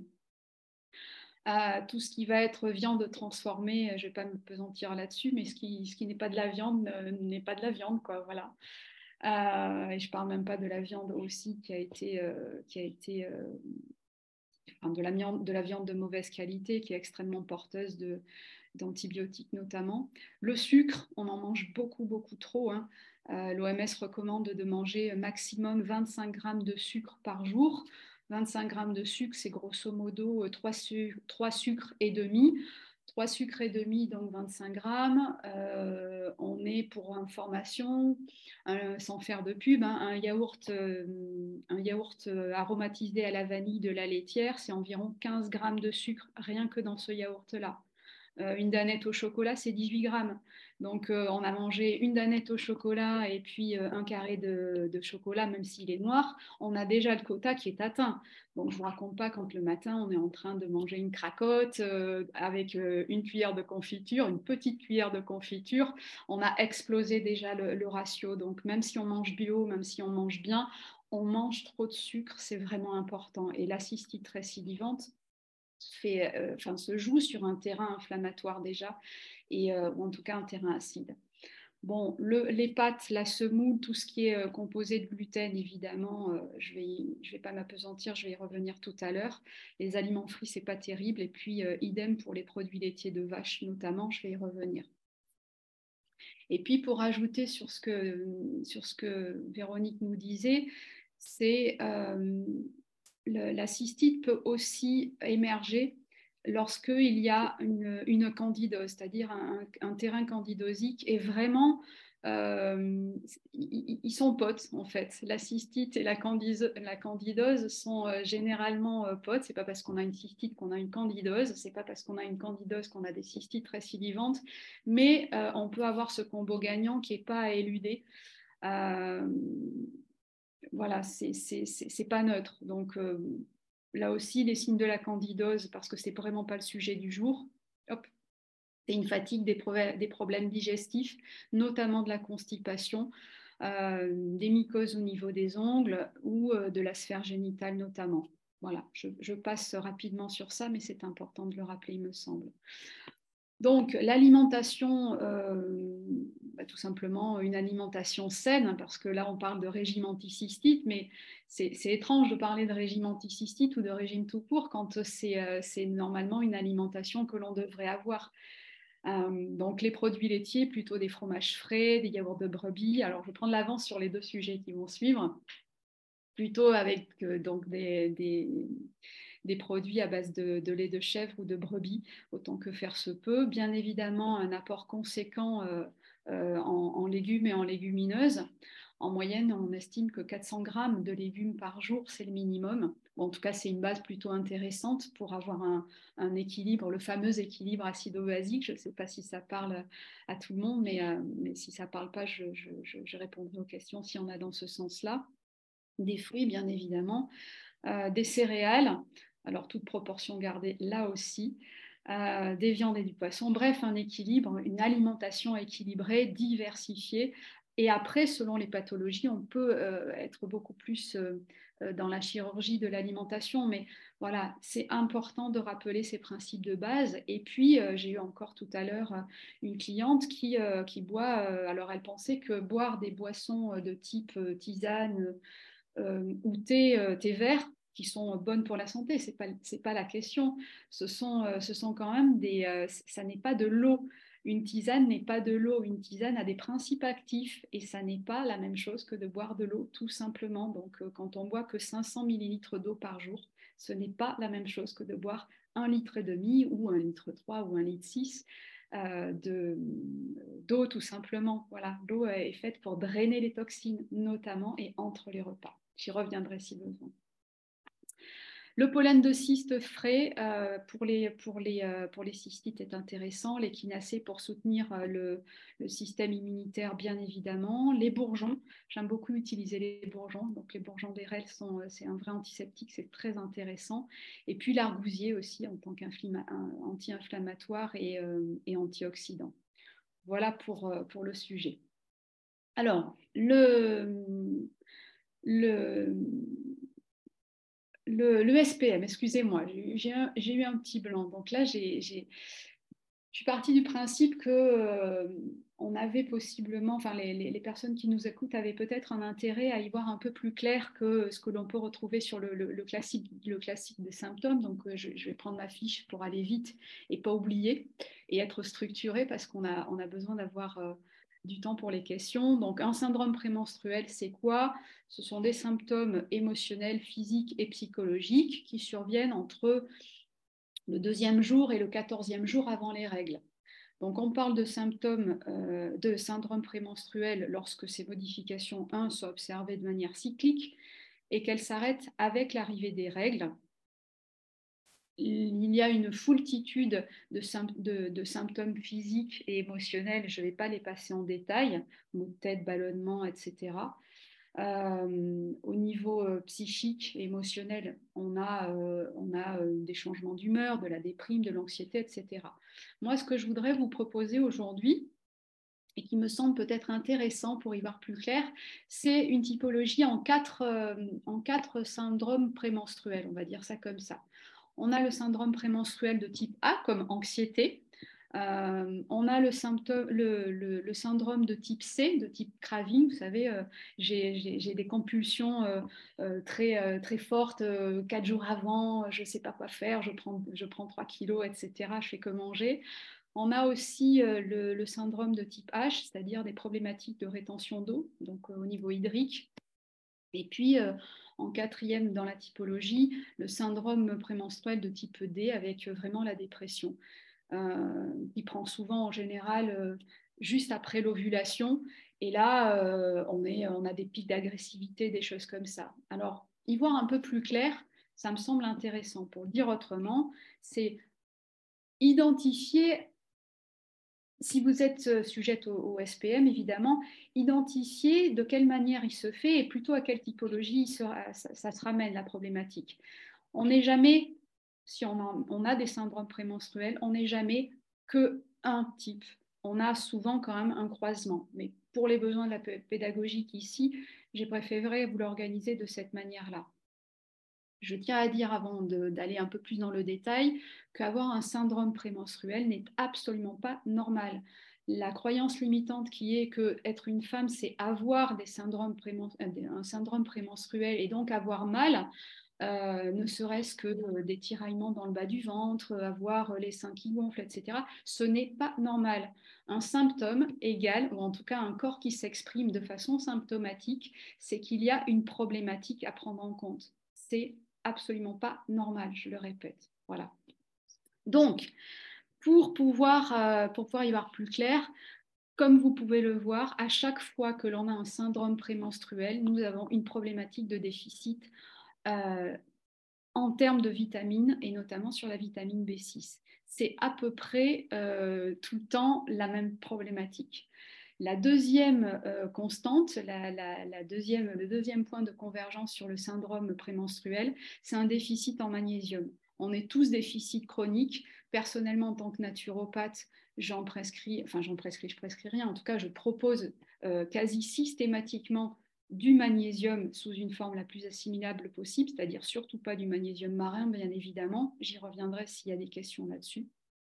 D: Euh, tout ce qui va être viande transformée, je ne vais pas me pesantir là-dessus, mais ce qui, ce qui n'est pas de la viande euh, n'est pas de la viande, quoi, voilà. Euh, et je ne parle même pas de la viande aussi qui a été, euh, qui a été euh, enfin, de, la viande, de la viande de mauvaise qualité, qui est extrêmement porteuse de, d'antibiotiques notamment. Le sucre, on en mange beaucoup, beaucoup trop, hein. Euh, L'O M S recommande de manger maximum vingt-cinq grammes de sucre par jour. vingt-cinq grammes de sucre, c'est grosso modo trois, su- trois sucres et demi. trois sucres et demi, donc vingt-cinq grammes. Euh, on est, pour information, euh, sans faire de pub, hein, un yaourt, euh, un yaourt aromatisé à la vanille de la laitière, c'est environ quinze grammes de sucre rien que dans ce yaourt-là. Euh, une danette au chocolat, c'est dix-huit grammes. Donc, euh, on a mangé une danette au chocolat et puis euh, un carré de, de chocolat, même s'il est noir. On a déjà le quota qui est atteint. Donc, je ne vous raconte pas quand le matin, on est en train de manger une cracotte euh, avec euh, une cuillère de confiture, une petite cuillère de confiture. On a explosé déjà le, le ratio. Donc, même si on mange bio, même si on mange bien, on mange trop de sucre, c'est vraiment important. Et la cystite récidivante, Fait, euh, enfin, se joue sur un terrain inflammatoire déjà, et, euh, ou en tout cas un terrain acide. Bon, le, les pâtes, la semoule, tout ce qui est euh, composé de gluten, évidemment, euh, je ne vais, je vais pas m'apesantir, je vais y revenir tout à l'heure. Les aliments frits, c'est pas terrible. Et puis, euh, idem pour les produits laitiers de vache, notamment, je vais y revenir. Et puis, pour ajouter sur ce que, sur ce que Véronique nous disait, c'est... Euh, le, la cystite peut aussi émerger lorsqu'il y a une, une candidose, c'est-à-dire un, un terrain candidosique, et vraiment, euh, ils, ils sont potes en fait. La cystite et la, candise, la candidose sont euh, généralement euh, potes. C'est pas parce qu'on a une cystite qu'on a une candidose, c'est pas parce qu'on a une candidose qu'on a des cystites récidivantes, mais euh, on peut avoir ce combo gagnant qui n'est pas à éluder. Euh, voilà, c'est pas neutre. Donc euh, là aussi, les signes de la candidose, parce que c'est vraiment pas le sujet du jour, hop, c'est une fatigue, des, pro des problèmes digestifs, notamment de la constipation, euh, des mycoses au niveau des ongles ou euh, de la sphère génitale notamment. Voilà, je, je passe rapidement sur ça, mais c'est important de le rappeler, il me semble. Donc, l'alimentation, euh, bah, tout simplement une alimentation saine, parce que là, on parle de régime anticystite, mais c'est étrange de parler de régime anticystite ou de régime tout court quand c'est euh, normalement une alimentation que l'on devrait avoir. Euh, donc, les produits laitiers, plutôt des fromages frais, des yaourts de brebis. Alors, je vais prendre l'avance sur les deux sujets qui vont suivre, plutôt avec euh, donc des... des des produits à base de, de lait de chèvre ou de brebis, autant que faire se peut. Bien évidemment, un apport conséquent euh, euh, en, en légumes et en légumineuses. En moyenne, on estime que quatre cents grammes de légumes par jour, c'est le minimum. Bon, en tout cas, c'est une base plutôt intéressante pour avoir un, un équilibre, le fameux équilibre acido-basique. Je ne sais pas si ça parle à tout le monde, mais, euh, mais si ça ne parle pas, je, je, je, je répondrai aux questions si on a dans ce sens-là. Des fruits, bien évidemment, euh, des céréales, alors toute proportion gardée là aussi, euh, des viandes et du poisson, bref, un équilibre, une alimentation équilibrée, diversifiée. Et après, selon les pathologies, on peut euh, être beaucoup plus euh, dans la chirurgie de l'alimentation, mais voilà, c'est important de rappeler ces principes de base. Et puis, euh, j'ai eu encore tout à l'heure euh, une cliente qui, euh, qui boit, euh, alors elle pensait que boire des boissons de type euh, tisane euh, ou thé, euh, thé vert, qui sont bonnes pour la santé, c'est pas c'est pas la question. Ce sont euh, ce sont quand même des euh, ça n'est pas de l'eau. Une tisane n'est pas de l'eau. Une tisane a des principes actifs et ça n'est pas la même chose que de boire de l'eau tout simplement. Donc euh, quand on boit que cinq cents millilitres d'eau par jour, ce n'est pas la même chose que de boire un litre et demi ou un litre trois ou un litre six euh, d'eau tout simplement. Voilà, l'eau est faite pour drainer les toxines notamment et entre les repas. J'y reviendrai si besoin. Le pollen de cyste frais euh, pour, les, pour, les, euh, pour les cystites est intéressant. L'échinacée pour soutenir euh, le, le système immunitaire, bien évidemment. Les bourgeons, j'aime beaucoup utiliser les bourgeons. Donc les bourgeons d'Érel, c'est un vrai antiseptique, c'est très intéressant. Et puis l'argousier aussi en tant qu'anti-inflammatoire et, euh, et antioxydant. Voilà pour, euh, pour le sujet. Alors, le, le, le, le S P M, excusez-moi, j'ai eu un petit blanc. Donc là, j'ai, j'ai, je suis partie du principe que euh, on avait possiblement, enfin les, les, les personnes qui nous écoutent avaient peut-être un intérêt à y voir un peu plus clair que ce que l'on peut retrouver sur le, le, le, classique, le classique des symptômes. Donc euh, je, je vais prendre ma fiche pour aller vite et pas oublier et être structurée parce qu'on a, on a besoin d'avoir euh, du temps pour les questions. Donc un syndrome prémenstruel, c'est quoi? Ce sont des symptômes émotionnels, physiques et psychologiques qui surviennent entre le deuxième jour et le quatorzième jour avant les règles. Donc on parle de symptômes euh, de syndrome prémenstruel lorsque ces modifications un sont observées de manière cyclique et qu'elles s'arrêtent avec l'arrivée des règles. Il y a une foultitude de, de, de symptômes physiques et émotionnels, je ne vais pas les passer en détail, maux de tête, ballonnement, et cetera. Euh, au niveau euh, psychique et émotionnel, on a, euh, on a euh, des changements d'humeur, de la déprime, de l'anxiété, et cetera. Moi, ce que je voudrais vous proposer aujourd'hui, et qui me semble peut-être intéressant pour y voir plus clair, c'est une typologie en quatre, euh, en quatre syndromes prémenstruels, on va dire ça comme ça. On a le syndrome prémenstruel de type A, comme anxiété. Euh, on a le, symptôme, le, le, le syndrome de type C, de type craving. Vous savez, euh, j'ai des compulsions euh, euh, très, euh, très fortes, euh, quatre jours avant, je ne sais pas quoi faire, je prends, je prends trois kilos, et cetera. Je fais que manger. On a aussi euh, le, le syndrome de type H, c'est-à-dire des problématiques de rétention d'eau, donc euh, au niveau hydrique. Et puis, euh, en quatrième dans la typologie, le syndrome prémenstruel de type D avec euh, vraiment la dépression. Euh, qui prend souvent en général euh, juste après l'ovulation. Et là, euh, on, est, on a des pics d'agressivité, des choses comme ça. Alors, y voir un peu plus clair, ça me semble intéressant. Pour le dire autrement, c'est identifier, si vous êtes sujette au, au S P M, évidemment, identifier de quelle manière il se fait et plutôt à quelle typologie sera, ça, ça se ramène, la problématique. On n'est jamais, si on a, on a des syndromes prémenstruels, on n'est jamais que un type. On a souvent quand même un croisement. Mais pour les besoins de la pédagogique ici, j'ai préféré vous l'organiser de cette manière-là. Je tiens à dire, avant d'aller un peu plus dans le détail, qu'avoir un syndrome prémenstruel n'est absolument pas normal. La croyance limitante qui est que être une femme, c'est avoir des syndromes un syndrome prémenstruel et donc avoir mal, euh, ne serait-ce que euh, des tiraillements dans le bas du ventre, avoir les seins qui gonflent, et cetera. Ce n'est pas normal. Un symptôme égal, ou en tout cas un corps qui s'exprime de façon symptomatique, c'est qu'il y a une problématique à prendre en compte. C'est absolument pas normal, je le répète. Voilà. Donc, pour pouvoir, euh, pour pouvoir y voir plus clair, comme vous pouvez le voir, à chaque fois que l'on a un syndrome prémenstruel, nous avons une problématique de déficit euh, en termes de vitamines et notamment sur la vitamine B six. C'est à peu près euh, tout le temps la même problématique. La deuxième euh, constante, la, la, la deuxième, le deuxième point de convergence sur le syndrome prémenstruel, c'est un déficit en magnésium. On est tous déficits chroniques. Personnellement, en tant que naturopathe, j'en prescris, enfin j'en prescris, je prescris rien. En tout cas, je propose euh, quasi systématiquement du magnésium sous une forme la plus assimilable possible, c'est-à-dire surtout pas du magnésium marin, bien évidemment. J'y reviendrai s'il y a des questions là-dessus.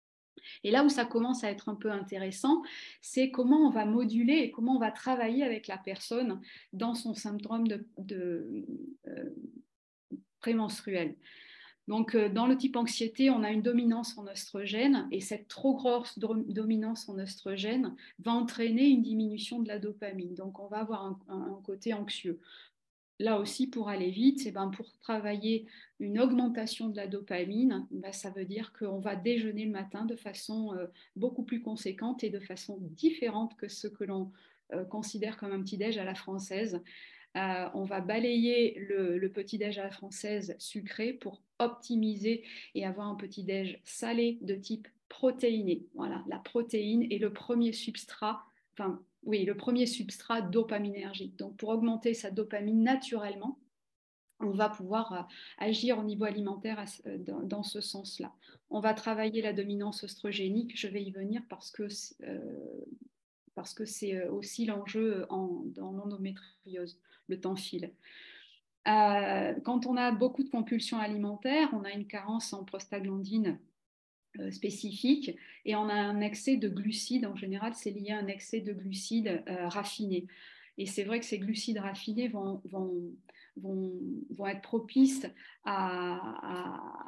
D: Et là où ça commence à être un peu intéressant, c'est comment on va moduler et comment on va travailler avec la personne dans son syndrome de, de, euh, prémenstruel. Donc, euh, dans le type anxiété, on a une dominance en oestrogène et cette trop grosse dominance en oestrogène va entraîner une diminution de la dopamine. Donc, on va avoir un, un, un côté anxieux. Là aussi, pour aller vite, eh ben, pour travailler une augmentation de la dopamine, ben, ça veut dire qu'on va déjeuner le matin de façon euh, beaucoup plus conséquente et de façon différente que ce que l'on euh, considère comme un petit-déj à la française. Euh, on va balayer le, le petit-déj à la française sucré pour optimiser et avoir un petit-déj salé de type protéiné. Voilà, la protéine est le premier substrat, enfin, oui, le premier substrat dopaminergique. Donc, pour augmenter sa dopamine naturellement, on va pouvoir euh, agir au niveau alimentaire euh, dans, dans ce sens-là. On va travailler la dominance oestrogénique, je vais y venir parce que euh, parce que c'est aussi l'enjeu en, dans l'endométriose, le temps file. Euh, quand on a beaucoup de compulsions alimentaires, on a une carence en prostaglandine euh, spécifique et on a un excès de glucides. En général, c'est lié à un excès de glucides euh, raffinés. Et c'est vrai que ces glucides raffinés vont, vont, vont, vont être propices à, à,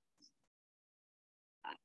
D: à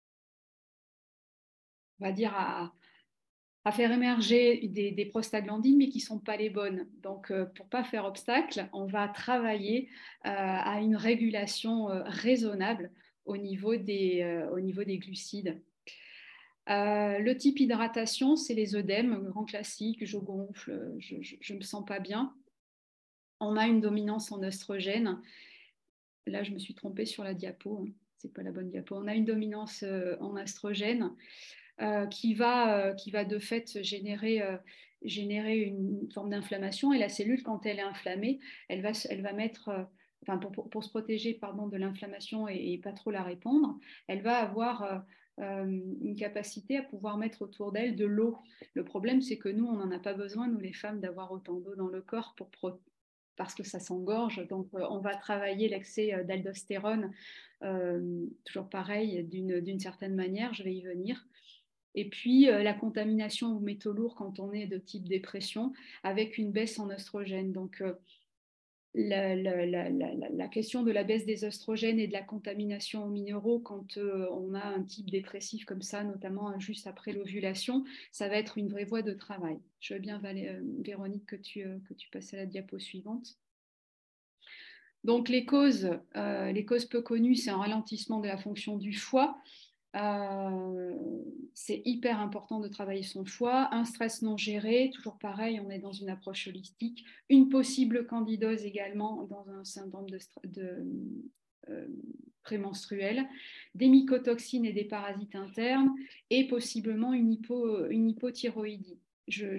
D: on va dire à, à faire émerger des, des prostaglandines, mais qui ne sont pas les bonnes. Donc, euh, pour ne pas faire obstacle, on va travailler euh, à une régulation euh, raisonnable au niveau des, euh, au niveau des glucides. Euh, le type hydratation, c'est les œdèmes, grand classique, je gonfle, je ne me sens pas bien. On a une dominance en oestrogène. Là, je me suis trompée sur la diapo, hein. C'est pas la bonne diapo. On a une dominance euh, en oestrogène. Euh, qui, va, euh, qui va de fait générer, euh, générer une forme d'inflammation. Et la cellule, quand elle est inflammée, elle va, elle va mettre, euh, enfin pour, pour, pour se protéger pardon, de l'inflammation et, et pas trop la répandre, elle va avoir euh, euh, une capacité à pouvoir mettre autour d'elle de l'eau. Le problème, c'est que nous, on n'en a pas besoin, nous les femmes, d'avoir autant d'eau dans le corps pour pro parce que ça s'engorge. Donc, euh, on va travailler l'excès euh, d'aldostérone, euh, toujours pareil, d'une certaine manière, je vais y venir. Et puis euh, la contamination aux métaux lourds quand on est de type dépression avec une baisse en oestrogène. Donc euh, la, la, la, la, question de la baisse des oestrogènes et de la contamination aux minéraux quand euh, on a un type dépressif comme ça, notamment juste après l'ovulation, ça va être une vraie voie de travail. Je veux bien, euh, Véronique, que tu, euh, que tu passes à la diapo suivante. Donc les causes, euh, les causes peu connues, c'est un ralentissement de la fonction du foie. Euh, c'est hyper important de travailler son foie, un stress non géré, toujours pareil, on est dans une approche holistique, une possible candidose également dans un syndrome de, de euh, prémenstruel, des mycotoxines et des parasites internes et possiblement une, hypo, une hypothyroïdie. Je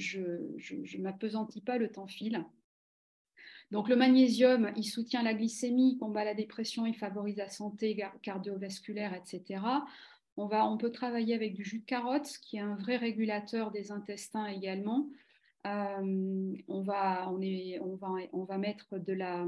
D: ne m'appesantis pas, le temps file. Donc le magnésium, il soutient la glycémie, il combat la dépression, il favorise la santé cardiovasculaire, et cetera. On, va, on peut travailler avec du jus de carotte, qui est un vrai régulateur des intestins également. Euh, on, va, on, est, on, va, on va mettre de la...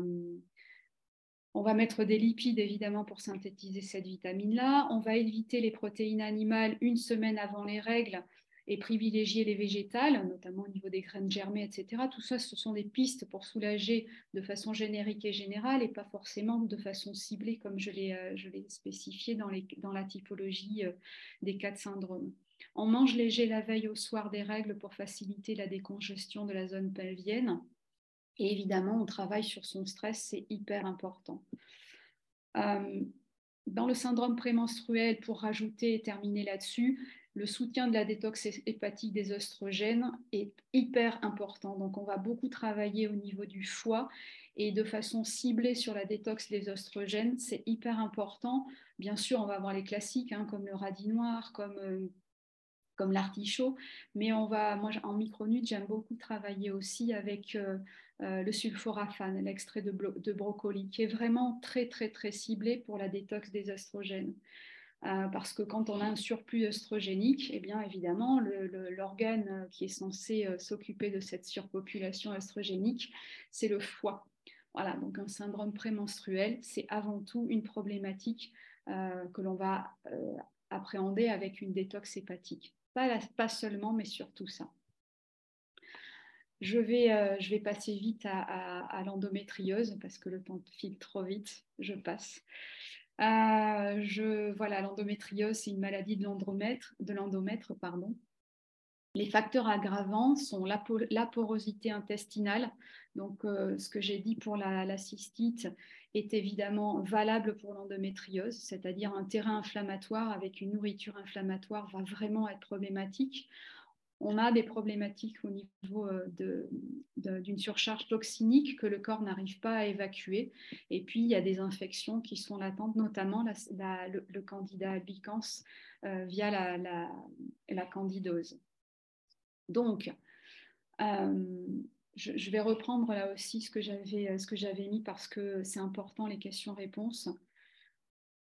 D: On va mettre des lipides, évidemment, pour synthétiser cette vitamine-là. On va éviter les protéines animales une semaine avant les règles et privilégier les végétales, notamment au niveau des graines germées, et cetera. Tout ça, ce sont des pistes pour soulager de façon générique et générale et pas forcément de façon ciblée, comme je l'ai euh, spécifié dans, les, dans la typologie euh, des quatre syndromes. On mange léger la veille au soir des règles pour faciliter la décongestion de la zone pelvienne. Et évidemment, on travaille sur son stress, c'est hyper important. Euh, dans le syndrome prémenstruel, pour rajouter et terminer là-dessus, le soutien de la détox hépatique des oestrogènes est hyper important. Donc, on va beaucoup travailler au niveau du foie et de façon ciblée sur la détox des oestrogènes. C'est hyper important. Bien sûr, on va avoir les classiques, hein, comme le radis noir, comme... Euh, comme l'artichaut, mais on va, moi en micronutes, j'aime beaucoup travailler aussi avec euh, euh, le sulforaphane, l'extrait de, de brocoli, qui est vraiment très très très ciblé pour la détox des oestrogènes. Euh, parce que quand on a un surplus œstrogénique, eh bien évidemment, l'organe le, qui est censé euh, s'occuper de cette surpopulation œstrogénique, c'est le foie. Voilà, donc un syndrome prémenstruel, c'est avant tout une problématique euh, que l'on va euh, appréhender avec une détox hépatique. Pas, la, pas seulement, mais surtout ça. Je vais, euh, je vais passer vite à, à, à l'endométriose parce que le temps file trop vite, je passe. Euh, je, voilà, l'endométriose, c'est une maladie de l'endomètre, de l'endomètre, pardon. Les facteurs aggravants sont la, la porosité intestinale. Donc, euh, ce que j'ai dit pour la, la cystite est évidemment valable pour l'endométriose, c'est-à-dire un terrain inflammatoire avec une nourriture inflammatoire va vraiment être problématique. On a des problématiques au niveau d'une surcharge toxinique que le corps n'arrive pas à évacuer. Et puis, il y a des infections qui sont latentes, notamment la, la, le, le candida albicans euh, via la, la, la candidose. Donc, euh, je, je vais reprendre là aussi ce que j'avais ce que j'avais mis parce que c'est important, les questions-réponses.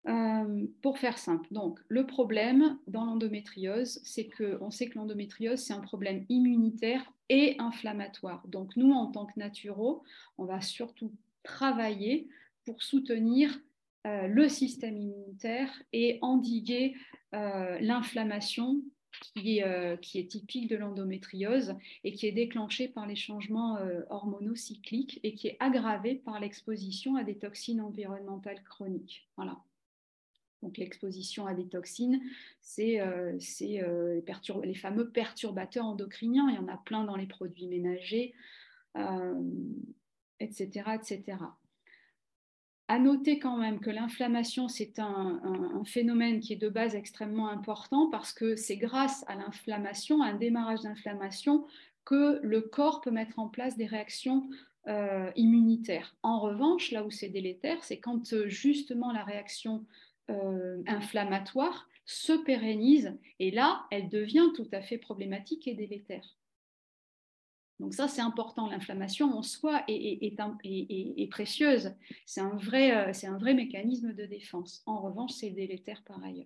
D: Euh, pour faire simple, donc le problème dans l'endométriose, c'est qu'on sait que l'endométriose, c'est un problème immunitaire et inflammatoire. Donc nous, en tant que naturo, on va surtout travailler pour soutenir euh, le système immunitaire et endiguer euh, l'inflammation qui, euh, qui est typique de l'endométriose et qui est déclenchée par les changements euh, hormonaux cycliques et qui est aggravée par l'exposition à des toxines environnementales chroniques. Voilà. Donc l'exposition à des toxines, c'est euh, euh, les, pertur- les fameux perturbateurs endocriniens. Il y en a plein dans les produits ménagers, euh, et cetera, et cetera. À noter quand même que l'inflammation, c'est un, un, un phénomène qui est de base extrêmement important parce que c'est grâce à l'inflammation, à un démarrage d'inflammation, que le corps peut mettre en place des réactions euh, immunitaires. En revanche, là où c'est délétère, c'est quand euh, justement la réaction euh, inflammatoire se pérennise et là, elle devient tout à fait problématique et délétère. Donc ça, c'est important. L'inflammation en soi est, est, est, est, est, est précieuse. C'est un, vrai, c'est un vrai mécanisme de défense. En revanche, c'est délétère par ailleurs.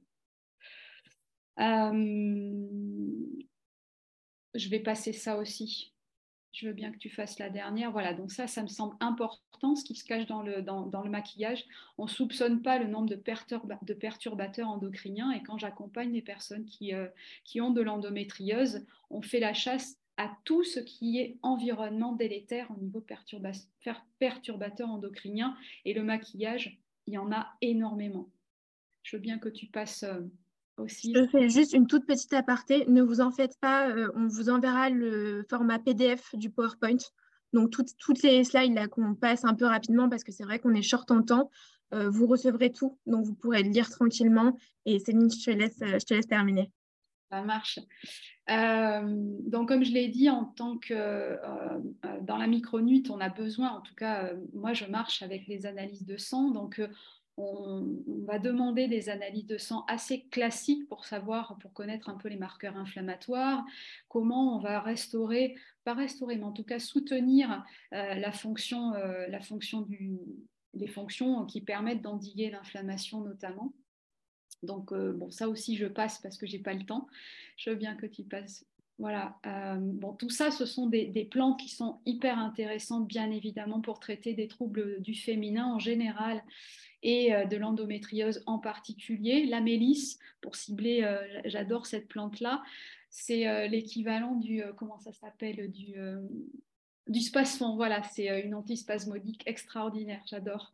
D: Euh, je vais passer ça aussi. Je veux bien que tu fasses la dernière. Voilà, donc ça, ça me semble important, ce qui se cache dans le, dans, dans le maquillage. On ne soupçonne pas le nombre de, perturba de perturbateurs endocriniens. Et quand j'accompagne les personnes qui, euh, qui ont de l'endométriose, on fait la chasse à tout ce qui est environnement délétère au niveau perturba perturbateur endocrinien. Et le maquillage, il y en a énormément. Je veux bien que tu passes euh, aussi.
B: Je fais juste une toute petite aparté. Ne vous en faites pas, euh, on vous enverra le format P D F du PowerPoint. Donc, toutes, toutes les slides là qu'on passe un peu rapidement parce que c'est vrai qu'on est short en temps. Euh, vous recevrez tout, donc vous pourrez le lire tranquillement. Et Céline, je te laisse, je te laisse terminer.
D: Ça marche. Euh, donc, comme je l'ai dit, en tant que euh, dans la micronute, on a besoin, en tout cas, euh, moi je marche avec les analyses de sang, donc euh, on, on va demander des analyses de sang assez classiques pour savoir, pour connaître un peu les marqueurs inflammatoires, comment on va restaurer, pas restaurer, mais en tout cas soutenir euh, la fonction, euh, la fonction du, les fonctions qui permettent d'endiguer l'inflammation notamment. Donc, euh, bon, ça aussi, je passe parce que je n'ai pas le temps. Je veux bien que tu passes. Voilà. Euh, bon, tout ça, ce sont des, des plantes qui sont hyper intéressantes, bien évidemment, pour traiter des troubles du féminin en général et euh, de l'endométriose en particulier. La mélisse, pour cibler, euh, j'adore cette plante-là. C'est euh, l'équivalent du, euh, comment ça s'appelle, du, euh, du spasfon. Voilà, c'est euh, une antispasmodique extraordinaire. J'adore.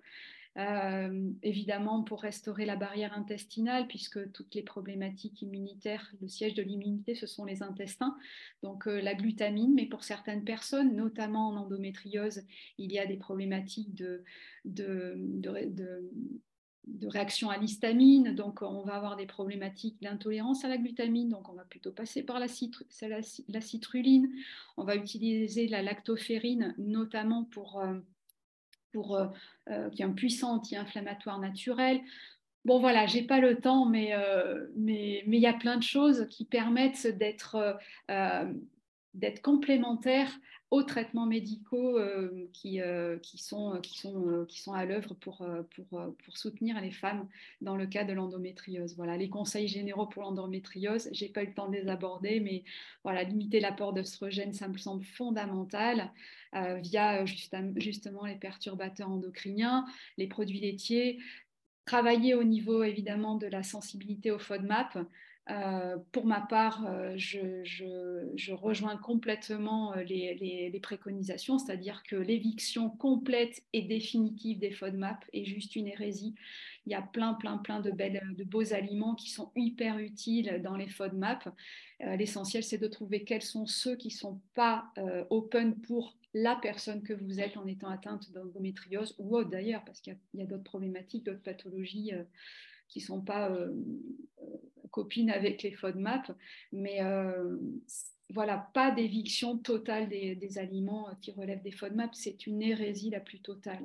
D: Euh, évidemment pour restaurer la barrière intestinale, puisque toutes les problématiques immunitaires, le siège de l'immunité, ce sont les intestins. Donc euh, la glutamine, mais pour certaines personnes, notamment en endométriose, il y a des problématiques de, de, de, de de réaction à l'histamine, donc on va avoir des problématiques d'intolérance à la glutamine, donc on va plutôt passer par la, citru la, la citruline, on va utiliser la lactoférine notamment pour euh, Pour, euh, euh, qui est un puissant anti-inflammatoire naturel. Bon voilà, j'ai pas le temps, mais euh, mais mais il y a plein de choses qui permettent d'être euh, d'être complémentaires aux traitements médicaux euh, qui, euh, qui, sont, qui, sont, euh, qui sont à l'œuvre pour, euh, pour, euh, pour soutenir les femmes dans le cas de l'endométriose. Voilà, les conseils généraux pour l'endométriose, j'ai pas eu le temps de les aborder, mais voilà, limiter l'apport d'œstrogène, ça me semble fondamental euh, via justement, justement les perturbateurs endocriniens, les produits laitiers. Travailler au niveau évidemment de la sensibilité au FODMAP. Euh, pour ma part, euh, je, je, je rejoins complètement les, les, les préconisations, c'est-à-dire que l'éviction complète et définitive des FODMAP est juste une hérésie. Il y a plein, plein, plein de, belles, de beaux aliments qui sont hyper utiles dans les FODMAP. Euh, l'essentiel, c'est de trouver quels sont ceux qui ne sont pas euh, open pour la personne que vous êtes en étant atteinte d'endométriose ou autre d'ailleurs, parce qu'il y a, a d'autres problématiques, d'autres pathologies euh, qui ne sont pas euh, euh, copines avec les FODMAP, mais euh, voilà, pas d'éviction totale des, des aliments qui relèvent des FODMAP, c'est une hérésie la plus totale.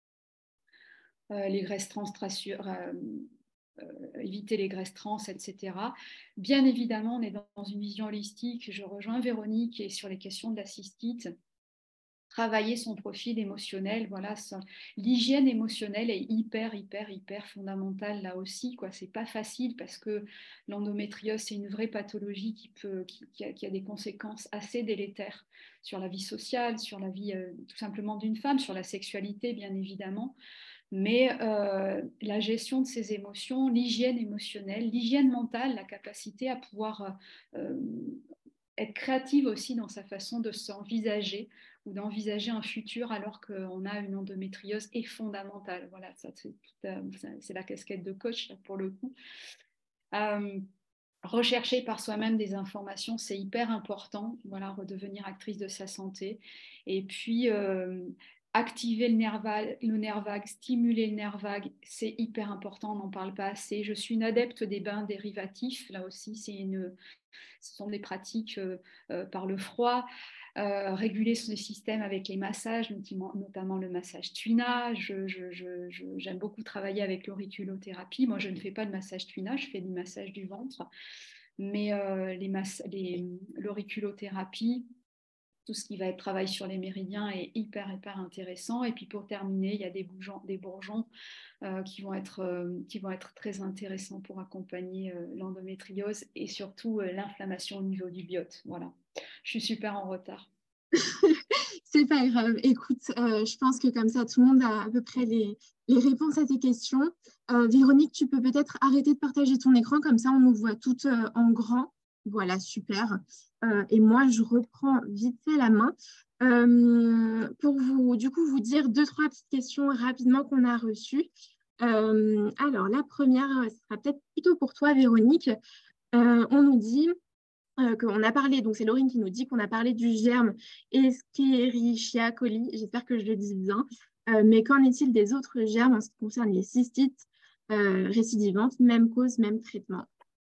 D: Euh, les graisses trans, euh, euh, éviter les graisses trans, et cetera. Bien évidemment, on est dans une vision holistique. Je rejoins Véronique et sur les questions de la cystite. travailler son profil émotionnel. Voilà, ça, l'hygiène émotionnelle est hyper, hyper, hyper fondamentale là aussi, quoi. C'est pas facile parce que l'endométriose, c'est une vraie pathologie qui, peut, qui, qui, a, qui a des conséquences assez délétères sur la vie sociale, sur la vie euh, tout simplement d'une femme, sur la sexualité, bien évidemment. Mais euh, la gestion de ses émotions, l'hygiène émotionnelle, l'hygiène mentale, la capacité à pouvoir euh, être créative aussi dans sa façon de s'envisager ou d'envisager un futur alors qu'on a une endométriose est fondamentale. Voilà, ça, c'est, c'est la casquette de coach là, pour le coup. Euh, rechercher par soi-même des informations, c'est hyper important. Voilà, redevenir actrice de sa santé. Et puis, euh, activer le nerf, vague, le nerf vague, stimuler le nerf vague, c'est hyper important, on n'en parle pas assez. Je suis une adepte des bains dérivatifs, là aussi, c'est une, ce sont des pratiques euh, euh, par le froid. Euh, réguler son système avec les massages, notamment, notamment le massage Tuina. Je, je, je, je, j'aime beaucoup travailler avec l'auriculothérapie. Moi, je ne fais pas de massage Tuina, je fais du massage du ventre. Mais euh, les mass- les, l'auriculothérapie, tout ce qui va être travail sur les méridiens est hyper, hyper intéressant. Et puis pour terminer, il y a des, bourgeons, des bourgeons euh, qui, vont être, euh, qui vont être très intéressants pour accompagner euh, l'endométriose et surtout euh, l'inflammation au niveau du biote. Voilà. Je suis super en retard.
B: C'est pas grave. Écoute, euh, je pense que comme ça, tout le monde a à peu près les, les réponses à tes questions. Euh, Véronique, tu peux peut-être arrêter de partager ton écran, comme ça on nous voit toutes euh, en grand. Voilà, super. Euh, et moi, je reprends vite fait la main euh, pour vous, du coup, vous dire deux, trois petites questions rapidement qu'on a reçues. Euh, alors, la première, ce sera peut-être plutôt pour toi, Véronique. Euh, on nous dit... Euh, qu'on a parlé, donc c'est Laurine qui nous dit qu'on a parlé du germe Escherichia coli, j'espère que je le dis bien, euh, mais qu'en est-il des autres germes en ce qui concerne les cystites euh, récidivantes, même cause, même traitement?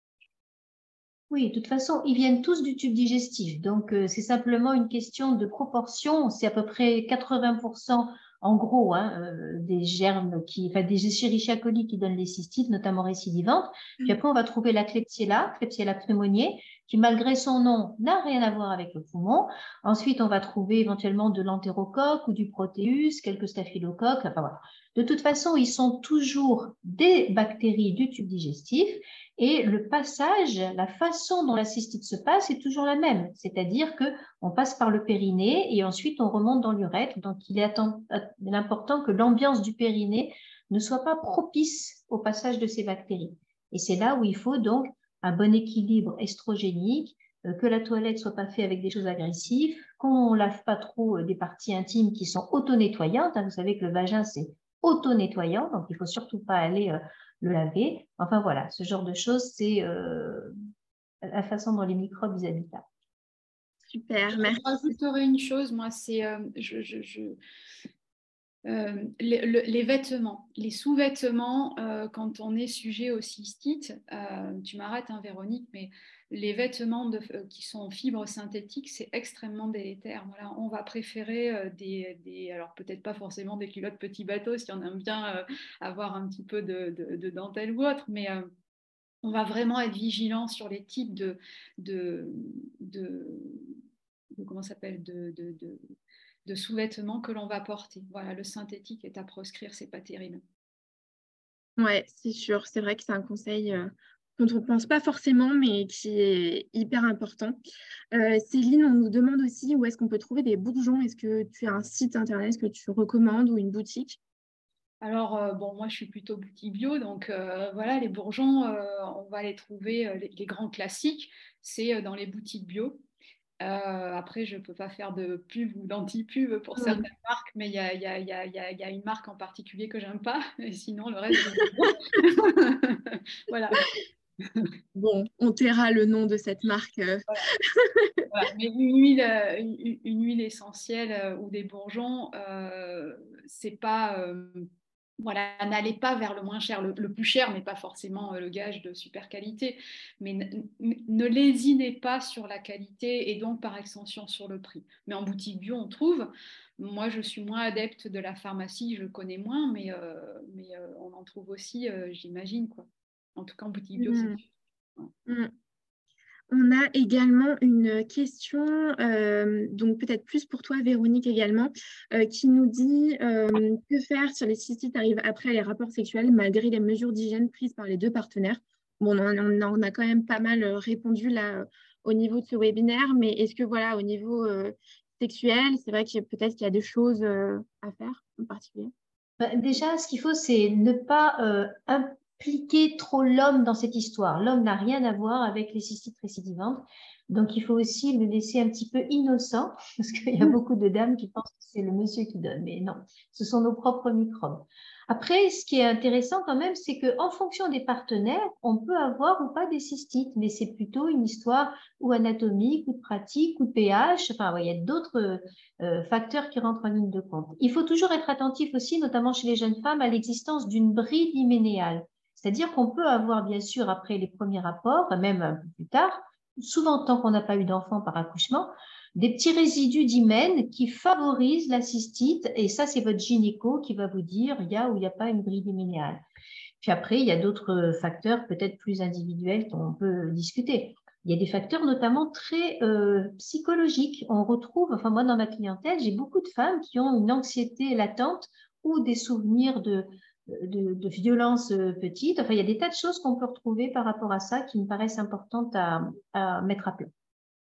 C: Oui, de toute façon, ils viennent tous du tube digestif, donc euh, c'est simplement une question de proportion, c'est à peu près quatre-vingts pour cent en gros hein, euh, des germes, qui, enfin des Escherichia coli qui donnent les cystites, notamment récidivantes. Puis après, on va trouver la Klebsiella, Klebsiella pneumoniae, qui malgré son nom n'a rien à voir avec le poumon. Ensuite, on va trouver éventuellement de l'entérocoque ou du protéus, quelques staphylocoques. Enfin voilà. De toute façon, ils sont toujours des bactéries du tube digestif et le passage, la façon dont la cystite se passe est toujours la même. C'est-à-dire qu'on passe par le périnée et ensuite on remonte dans l'urètre. Donc, il est important que l'ambiance du périnée ne soit pas propice au passage de ces bactéries. Et c'est là où il faut donc un bon équilibre estrogénique, euh, que la toilette soit pas faite avec des choses agressives, qu'on lave pas trop euh, des parties intimes qui sont auto-nettoyantes. Hein. Vous savez que le vagin, c'est auto-nettoyant, donc il faut surtout pas aller euh, le laver. Enfin voilà, ce genre de choses, c'est euh, la façon dont les microbes ils habitent là.
B: Super, merci.
D: Je rajouterai une chose, moi, c'est euh, je, je, je... Euh, les, le, les vêtements, les sous-vêtements, euh, quand on est sujet aux cystites, euh, tu m'arrêtes, hein, Véronique, mais les vêtements de, euh, qui sont en fibres synthétiques, c'est extrêmement délétère. Voilà, on va préférer euh, des, des, alors peut-être pas forcément des culottes petits bateaux, si on aime bien euh, avoir un petit peu de, de, de dentelle ou autre, mais euh, on va vraiment être vigilant sur les types de, de, de, de comment ça s'appelle, de, de, de de sous-vêtements que l'on va porter. Voilà, le synthétique est à proscrire, c'est pas terrible.
B: Ouais, c'est sûr. C'est vrai que c'est un conseil euh, dont on ne pense pas forcément, mais qui est hyper important. Euh, Céline, on nous demande aussi où est-ce qu'on peut trouver des bourgeons. Est-ce que tu as un site internet que tu recommandes ou une boutique?
D: Alors, euh, bon, moi, je suis plutôt boutique bio, donc euh, voilà, les bourgeons, euh, on va les trouver, euh, les, les grands classiques, c'est euh, dans les boutiques bio. Euh, après, je ne peux pas faire de pub ou d'anti-pub pour certaines
B: Mm.
D: marques, mais il y a, y, a, y, a, y, a, y a une marque en particulier que j'aime pas, et sinon, le reste, je... Voilà.
B: Bon, on taira le nom de cette marque. euh.
D: Voilà. Voilà. Mais une huile, euh, une, une huile essentielle euh, ou des bourgeons, euh, c'est pas... Euh, voilà, n'allez pas vers le moins cher. Le, le plus cher n'est pas forcément euh, le gage de super qualité, mais ne, ne lésinez pas sur la qualité et donc par extension sur le prix. Mais en boutique bio, on trouve. Moi, je suis moins adepte de la pharmacie, je connais moins, mais, euh, mais euh, on en trouve aussi, euh, j'imagine, quoi. En tout cas, en boutique bio, c'est...
B: Mm. Mm. On a également une question, euh, donc peut-être plus pour toi, Véronique, également, euh, qui nous dit euh, que faire si les cystites arrivent après les rapports sexuels malgré les mesures d'hygiène prises par les deux partenaires. Bon, on, on, on a quand même pas mal répondu là au niveau de ce webinaire, mais est-ce que voilà, au niveau euh, sexuel, c'est vrai qu'il y a peut-être qu'il y a des choses euh, à faire en particulier?
C: Bah, déjà, ce qu'il faut, c'est ne pas euh, impliquer trop l'homme dans cette histoire. L'homme n'a rien à voir avec les cystites récidivantes. Donc, il faut aussi le laisser un petit peu innocent, parce qu'il y a beaucoup de dames qui pensent que c'est le monsieur qui donne. Mais non, ce sont nos propres microbes. Après, ce qui est intéressant quand même, c'est qu'en fonction des partenaires, on peut avoir ou pas des cystites, mais c'est plutôt une histoire ou anatomique, ou de pratique, ou de pH. Enfin, ouais, il y a d'autres euh, facteurs qui rentrent en ligne de compte. Il faut toujours être attentif aussi, notamment chez les jeunes femmes, à l'existence d'une bride hyménéale. C'est-à-dire qu'on peut avoir, bien sûr, après les premiers rapports, même un peu plus tard, souvent tant qu'on n'a pas eu d'enfant par accouchement, des petits résidus d'hymen qui favorisent la cystite. Et ça, c'est votre gynéco qui va vous dire il y a ou il n'y a pas une bride hyménéale. Puis après, il y a d'autres facteurs peut-être plus individuels qu'on peut discuter. Il y a des facteurs notamment très euh, psychologiques. On retrouve, enfin moi dans ma clientèle, j'ai beaucoup de femmes qui ont une anxiété latente ou des souvenirs de, de, de violences petites. Enfin, il y a des tas de choses qu'on peut retrouver par rapport à ça qui me paraissent importantes à, à mettre à plat.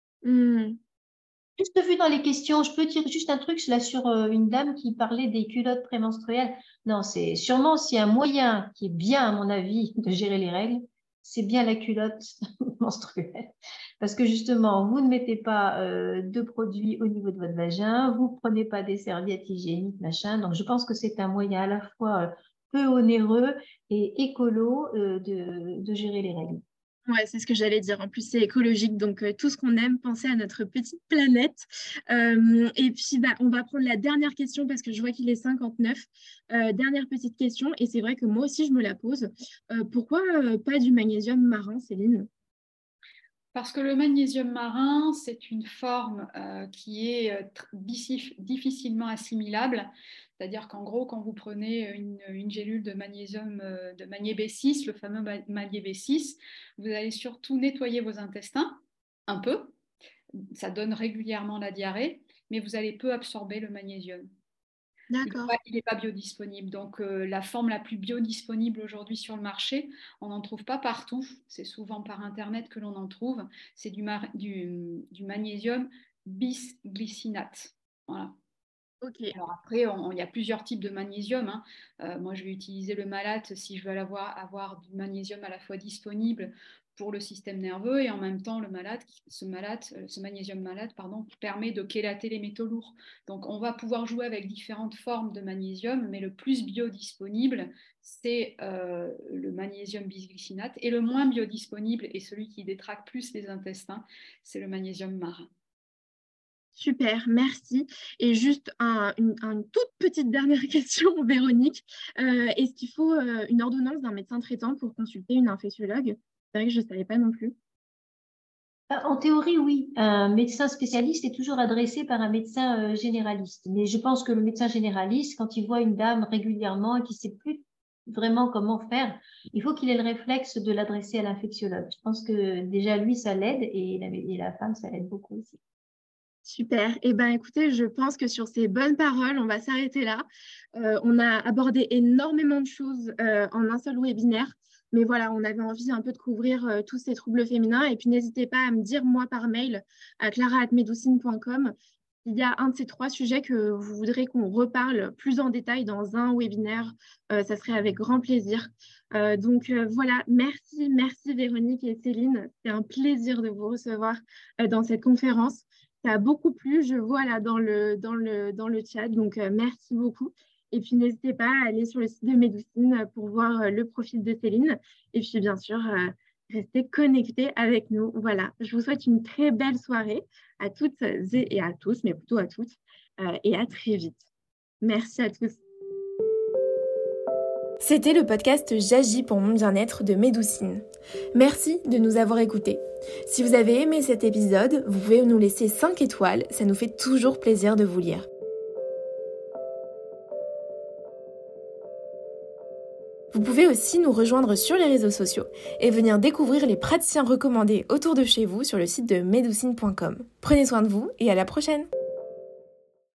B: Mmh.
C: Juste vu dans les questions, je peux dire juste un truc là sur une dame qui parlait des culottes prémenstruelles. Non, c'est sûrement s'il y a un moyen qui est bien, à mon avis, de gérer les règles, c'est bien la culotte menstruelle. Parce que justement, vous ne mettez pas euh, de produits au niveau de votre vagin, vous ne prenez pas des serviettes hygiéniques, machin. Donc, je pense que c'est un moyen à la fois euh, peu onéreux et écolo euh, de, de gérer les règles.
B: Ouais, c'est ce que j'allais dire. En plus, c'est écologique, donc euh, tout ce qu'on aime, penser à notre petite planète. Euh, et puis, bah, on va prendre la dernière question parce que je vois qu'il est cinquante-neuf. Euh, dernière petite question, et c'est vrai que moi aussi, je me la pose. Euh, pourquoi euh, pas du magnésium marin, Céline?
D: Parce que le magnésium marin, c'est une forme euh, qui est euh, difficilement assimilable. C'est-à-dire qu'en gros, quand vous prenez une, une gélule de magnésium euh, de magné B six, le fameux magné B six, vous allez surtout nettoyer vos intestins un peu. Ça donne régulièrement la diarrhée, mais vous allez peu absorber le magnésium.
B: D'accord.
D: Il n'est pas, pas biodisponible. Donc, euh, la forme la plus biodisponible aujourd'hui sur le marché, on n'en trouve pas partout. C'est souvent par Internet que l'on en trouve. C'est du, du, du magnésium bisglycinate. Voilà.
B: Okay.
D: Alors après, il y a plusieurs types de magnésium. Hein. Euh, moi, je vais utiliser le malate si je veux avoir, avoir du magnésium à la fois disponible pour le système nerveux et en même temps le malate, ce, malate, ce magnésium malate pardon, qui permet de chélater les métaux lourds. Donc on va pouvoir jouer avec différentes formes de magnésium, mais le plus biodisponible, c'est euh, le magnésium bisglycinate et le moins biodisponible et celui qui détraque plus les intestins, c'est le magnésium marin.
B: Super, merci. Et juste un, une, une toute petite dernière question, Véronique. Euh, est-ce qu'il faut euh, une ordonnance d'un médecin traitant pour consulter une infectiologue? C'est vrai que je ne savais pas non plus.
C: En théorie, oui. Un médecin spécialiste est toujours adressé par un médecin généraliste. Mais je pense que le médecin généraliste, quand il voit une dame régulièrement et qu'il ne sait plus vraiment comment faire, il faut qu'il ait le réflexe de l'adresser à l'infectiologue. Je pense que déjà, lui, ça l'aide et la, et la femme, ça l'aide beaucoup aussi.
B: Super. Eh bien, écoutez, je pense que sur ces bonnes paroles, on va s'arrêter là. Euh, on a abordé énormément de choses euh, en un seul webinaire. Mais voilà, on avait envie un peu de couvrir euh, tous ces troubles féminins. Et puis, n'hésitez pas à me dire, moi, par mail, à clara arobase medoucine point com, s'il y a un de ces trois sujets que vous voudrez qu'on reparle plus en détail dans un webinaire. Euh, ça serait avec grand plaisir. Euh, donc, euh, voilà, merci, merci Véronique et Céline. C'est un plaisir de vous recevoir euh, dans cette conférence. Ça a beaucoup plu, je vois là dans le, dans le, dans le chat. Donc, euh, merci beaucoup. Et puis, n'hésitez pas à aller sur le site de Medoucine pour voir euh, le profil de Céline. Et puis, bien sûr, euh, restez connectés avec nous. Voilà, je vous souhaite une très belle soirée à toutes et à tous, mais plutôt à toutes. Euh, et à très vite. Merci à tous.
A: C'était le podcast J'agis pour mon bien-être de Medoucine. Merci de nous avoir écoutés. Si vous avez aimé cet épisode, vous pouvez nous laisser cinq étoiles, ça nous fait toujours plaisir de vous lire. Vous pouvez aussi nous rejoindre sur les réseaux sociaux et venir découvrir les praticiens recommandés autour de chez vous sur le site de medoucine point com. Prenez soin de vous et à la prochaine!